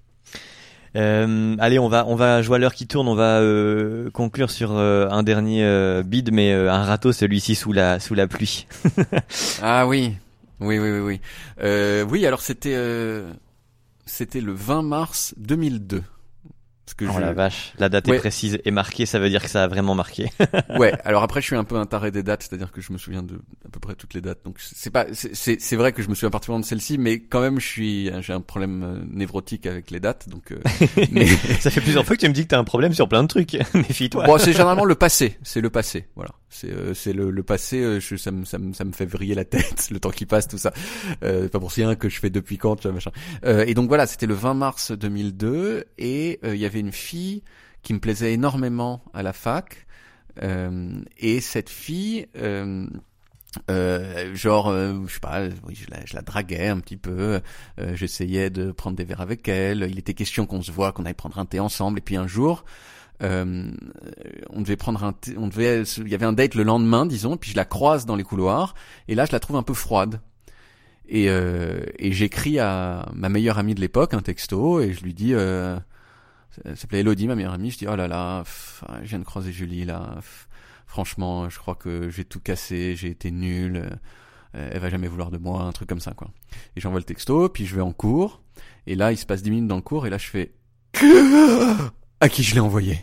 Euh, allez, on va on va jouer à l'heure qui tourne. On va euh, conclure sur euh, un dernier euh, bid, mais euh, un râteau, celui-ci sous la sous la pluie. Ah oui, oui, oui, oui, oui. Euh, oui, alors c'était euh, c'était le vingt mars deux mille deux. Parce que oh je... la vache, la date ouais. est précise et marquée, ça veut dire que ça a vraiment marqué. Ouais, alors après je suis un peu un taré des dates, c'est-à-dire que je me souviens de à peu près toutes les dates. Donc c'est pas c'est c'est, c'est vrai que je me souviens particulièrement de celle-ci, mais quand même je suis j'ai un problème névrotique avec les dates, donc euh, mais... ça fait plusieurs fois que tu me dis que t'as un problème sur plein de trucs. Méfie-toi. Bon, c'est généralement le passé, c'est le passé, voilà. C'est euh, c'est le le passé, euh, je, ça me ça me ça me fait vriller la tête, le temps qui passe, tout ça. Euh, pas pour rien que je fais depuis quand, tu vois, machin. Euh, et donc voilà, c'était le vingt mars deux mille deux et il euh, y avait une fille qui me plaisait énormément à la fac euh, et cette fille euh, euh, genre euh, je sais pas oui, je la je la draguais un petit peu euh, j'essayais de prendre des verres avec elle, il était question qu'on se voit, qu'on aille prendre un thé ensemble et puis un jour euh, on devait prendre un thé, on devait il y avait un date le lendemain disons, puis je la croise dans les couloirs et là je la trouve un peu froide. Et, euh, et j'écris à ma meilleure amie de l'époque un texto et je lui dis euh, elle s'appelait Elodie, ma meilleure amie. Je dis oh là là, pff, je viens de croiser Julie là. Pff, franchement, je crois que j'ai tout cassé, j'ai été nul. Euh, elle va jamais vouloir de moi, un truc comme ça quoi. Et j'envoie le texto, puis je vais en cours. Et là, il se passe dix minutes dans le cours, et là je fais à qui je l'ai envoyé.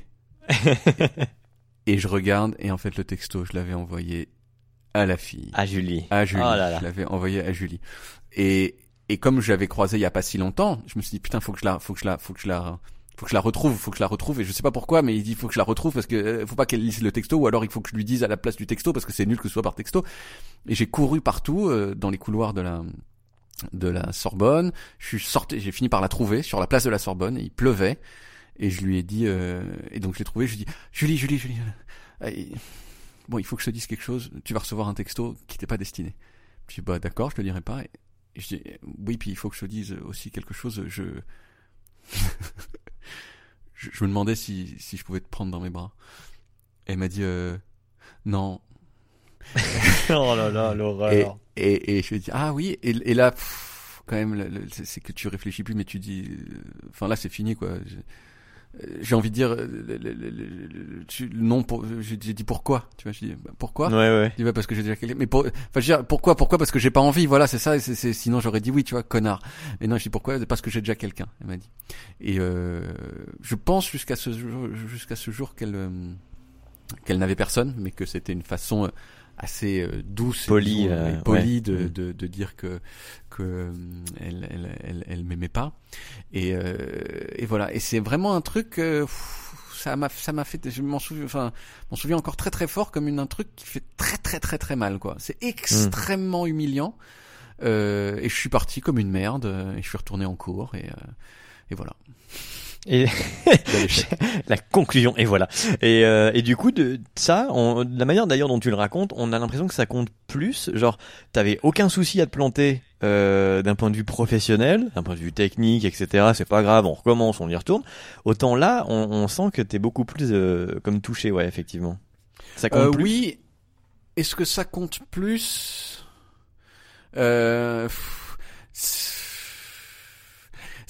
Et je regarde, et en fait le texto, je l'avais envoyé à la fille. À Julie. À Julie. Oh là là. Je l'avais envoyé à Julie. Et et comme je l'avais croisée il y a pas si longtemps, je me suis dit putain, faut que je la, faut que je la, faut que je la faut que je la retrouve, faut que je la retrouve, et je sais pas pourquoi, mais il dit faut que je la retrouve parce que euh, faut pas qu'elle lise le texto, ou alors il faut que je lui dise à la place du texto parce que c'est nul que ce soit par texto. Et j'ai couru partout euh, dans les couloirs de la de la Sorbonne. Je suis sorti, j'ai fini par la trouver sur la place de la Sorbonne. Et il pleuvait et je lui ai dit euh, et donc je l'ai trouvée. Je lui ai dit Julie, Julie, Julie. Euh, bon, il faut que je te dise quelque chose. Tu vas recevoir un texto qui t'est pas destiné. Puis bah d'accord, je te dirai pas. Et, et je dis oui, puis il faut que je te dise aussi quelque chose. Je Je, je me demandais si, si je pouvais te prendre dans mes bras. Et elle m'a dit euh, non. Oh là là, l'horreur. Et, et, et je lui ai dit ah oui. Et, et là, pff, quand même, le, le, c'est que tu réfléchis plus, mais tu dis, enfin euh, là c'est fini quoi. Je, j'ai envie de dire le, le, le, le, tu, non pour, j'ai, j'ai dit pourquoi, tu vois, je dis bah, pourquoi, ouais ouais, je dis bah parce que j'ai déjà quelqu'un, mais pour, enfin je veux dire pourquoi pourquoi parce que j'ai pas envie, voilà c'est ça, c'est, c'est sinon j'aurais dit oui tu vois connard, mais non je dis pourquoi parce que j'ai déjà quelqu'un, elle m'a dit, et euh, je pense jusqu'à ce jour jusqu'à ce jour qu'elle euh, qu'elle n'avait personne, mais que c'était une façon assez euh, douce, polie, et, euh, et polie ouais. de, de de dire que que euh, elle, elle elle elle m'aimait pas, et euh, et voilà, et c'est vraiment un truc euh, pff, ça m'a ça m'a fait, je m'en souviens, enfin m'en souviens encore très très fort comme une un truc qui fait très très très très mal quoi, c'est extrêmement mmh. humiliant, euh, et je suis parti comme une merde et je suis retourné en cours et euh, et voilà. Et la conclusion, et voilà. Et, euh, et du coup, de ça, on, de la manière d'ailleurs dont tu le racontes, on a l'impression que ça compte plus. Genre, t'avais aucun souci à te planter euh, d'un point de vue professionnel, d'un point de vue technique, et cetera. C'est pas grave, on recommence, on y retourne. Autant là, on, on sent que t'es beaucoup plus euh, comme touché, ouais, effectivement. Ça compte euh, plus. Oui. Est-ce que ça compte plus euh,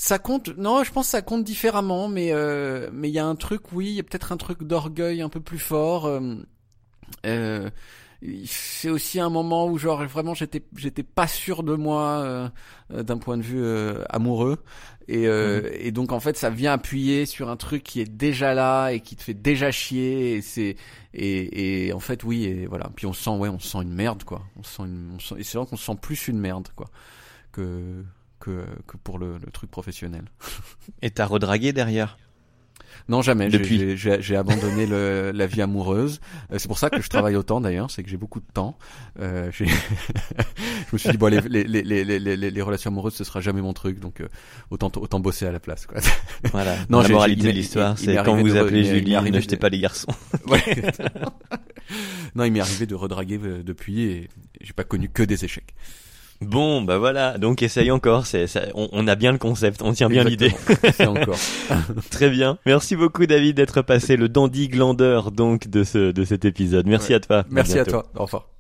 Ça compte. Non, je pense que ça compte différemment, mais euh, mais il y a un truc, oui, il y a peut-être un truc d'orgueil un peu plus fort. Euh, euh, c'est aussi un moment où genre vraiment j'étais j'étais pas sûr de moi euh, d'un point de vue euh, amoureux et euh, mmh. et donc en fait ça vient appuyer sur un truc qui est déjà là et qui te fait déjà chier et c'est et et en fait oui et voilà puis on sent ouais on sent une merde quoi on sent une on sent, et c'est vrai qu'on sent plus une merde quoi que que que pour le, le truc professionnel. Et t'as redragué derrière? Non, jamais. Depuis. J'ai, j'ai, j'ai abandonné le, la vie amoureuse. Euh, c'est pour ça que je travaille autant d'ailleurs, c'est que j'ai beaucoup de temps. Euh, j'ai je me suis dit bon, les, les, les, les, les, les relations amoureuses, ce sera jamais mon truc, donc euh, autant autant bosser à la place. Quoi. Voilà. Non, la moralité de l'histoire, il, il, c'est quand vous appelez Julie, ne jetez de... pas les garçons. Ouais. Non, il m'est arrivé de redraguer depuis et j'ai pas connu que des échecs. Bon, bah voilà, donc essaye encore, c'est, ça, on, on a bien le concept, on tient bien Exactement. l'idée. C'est encore. Très bien. Merci beaucoup David d'être passé le dandy glandeur donc de ce, de cet épisode. Merci ouais. à toi. Merci à, à toi. Au revoir.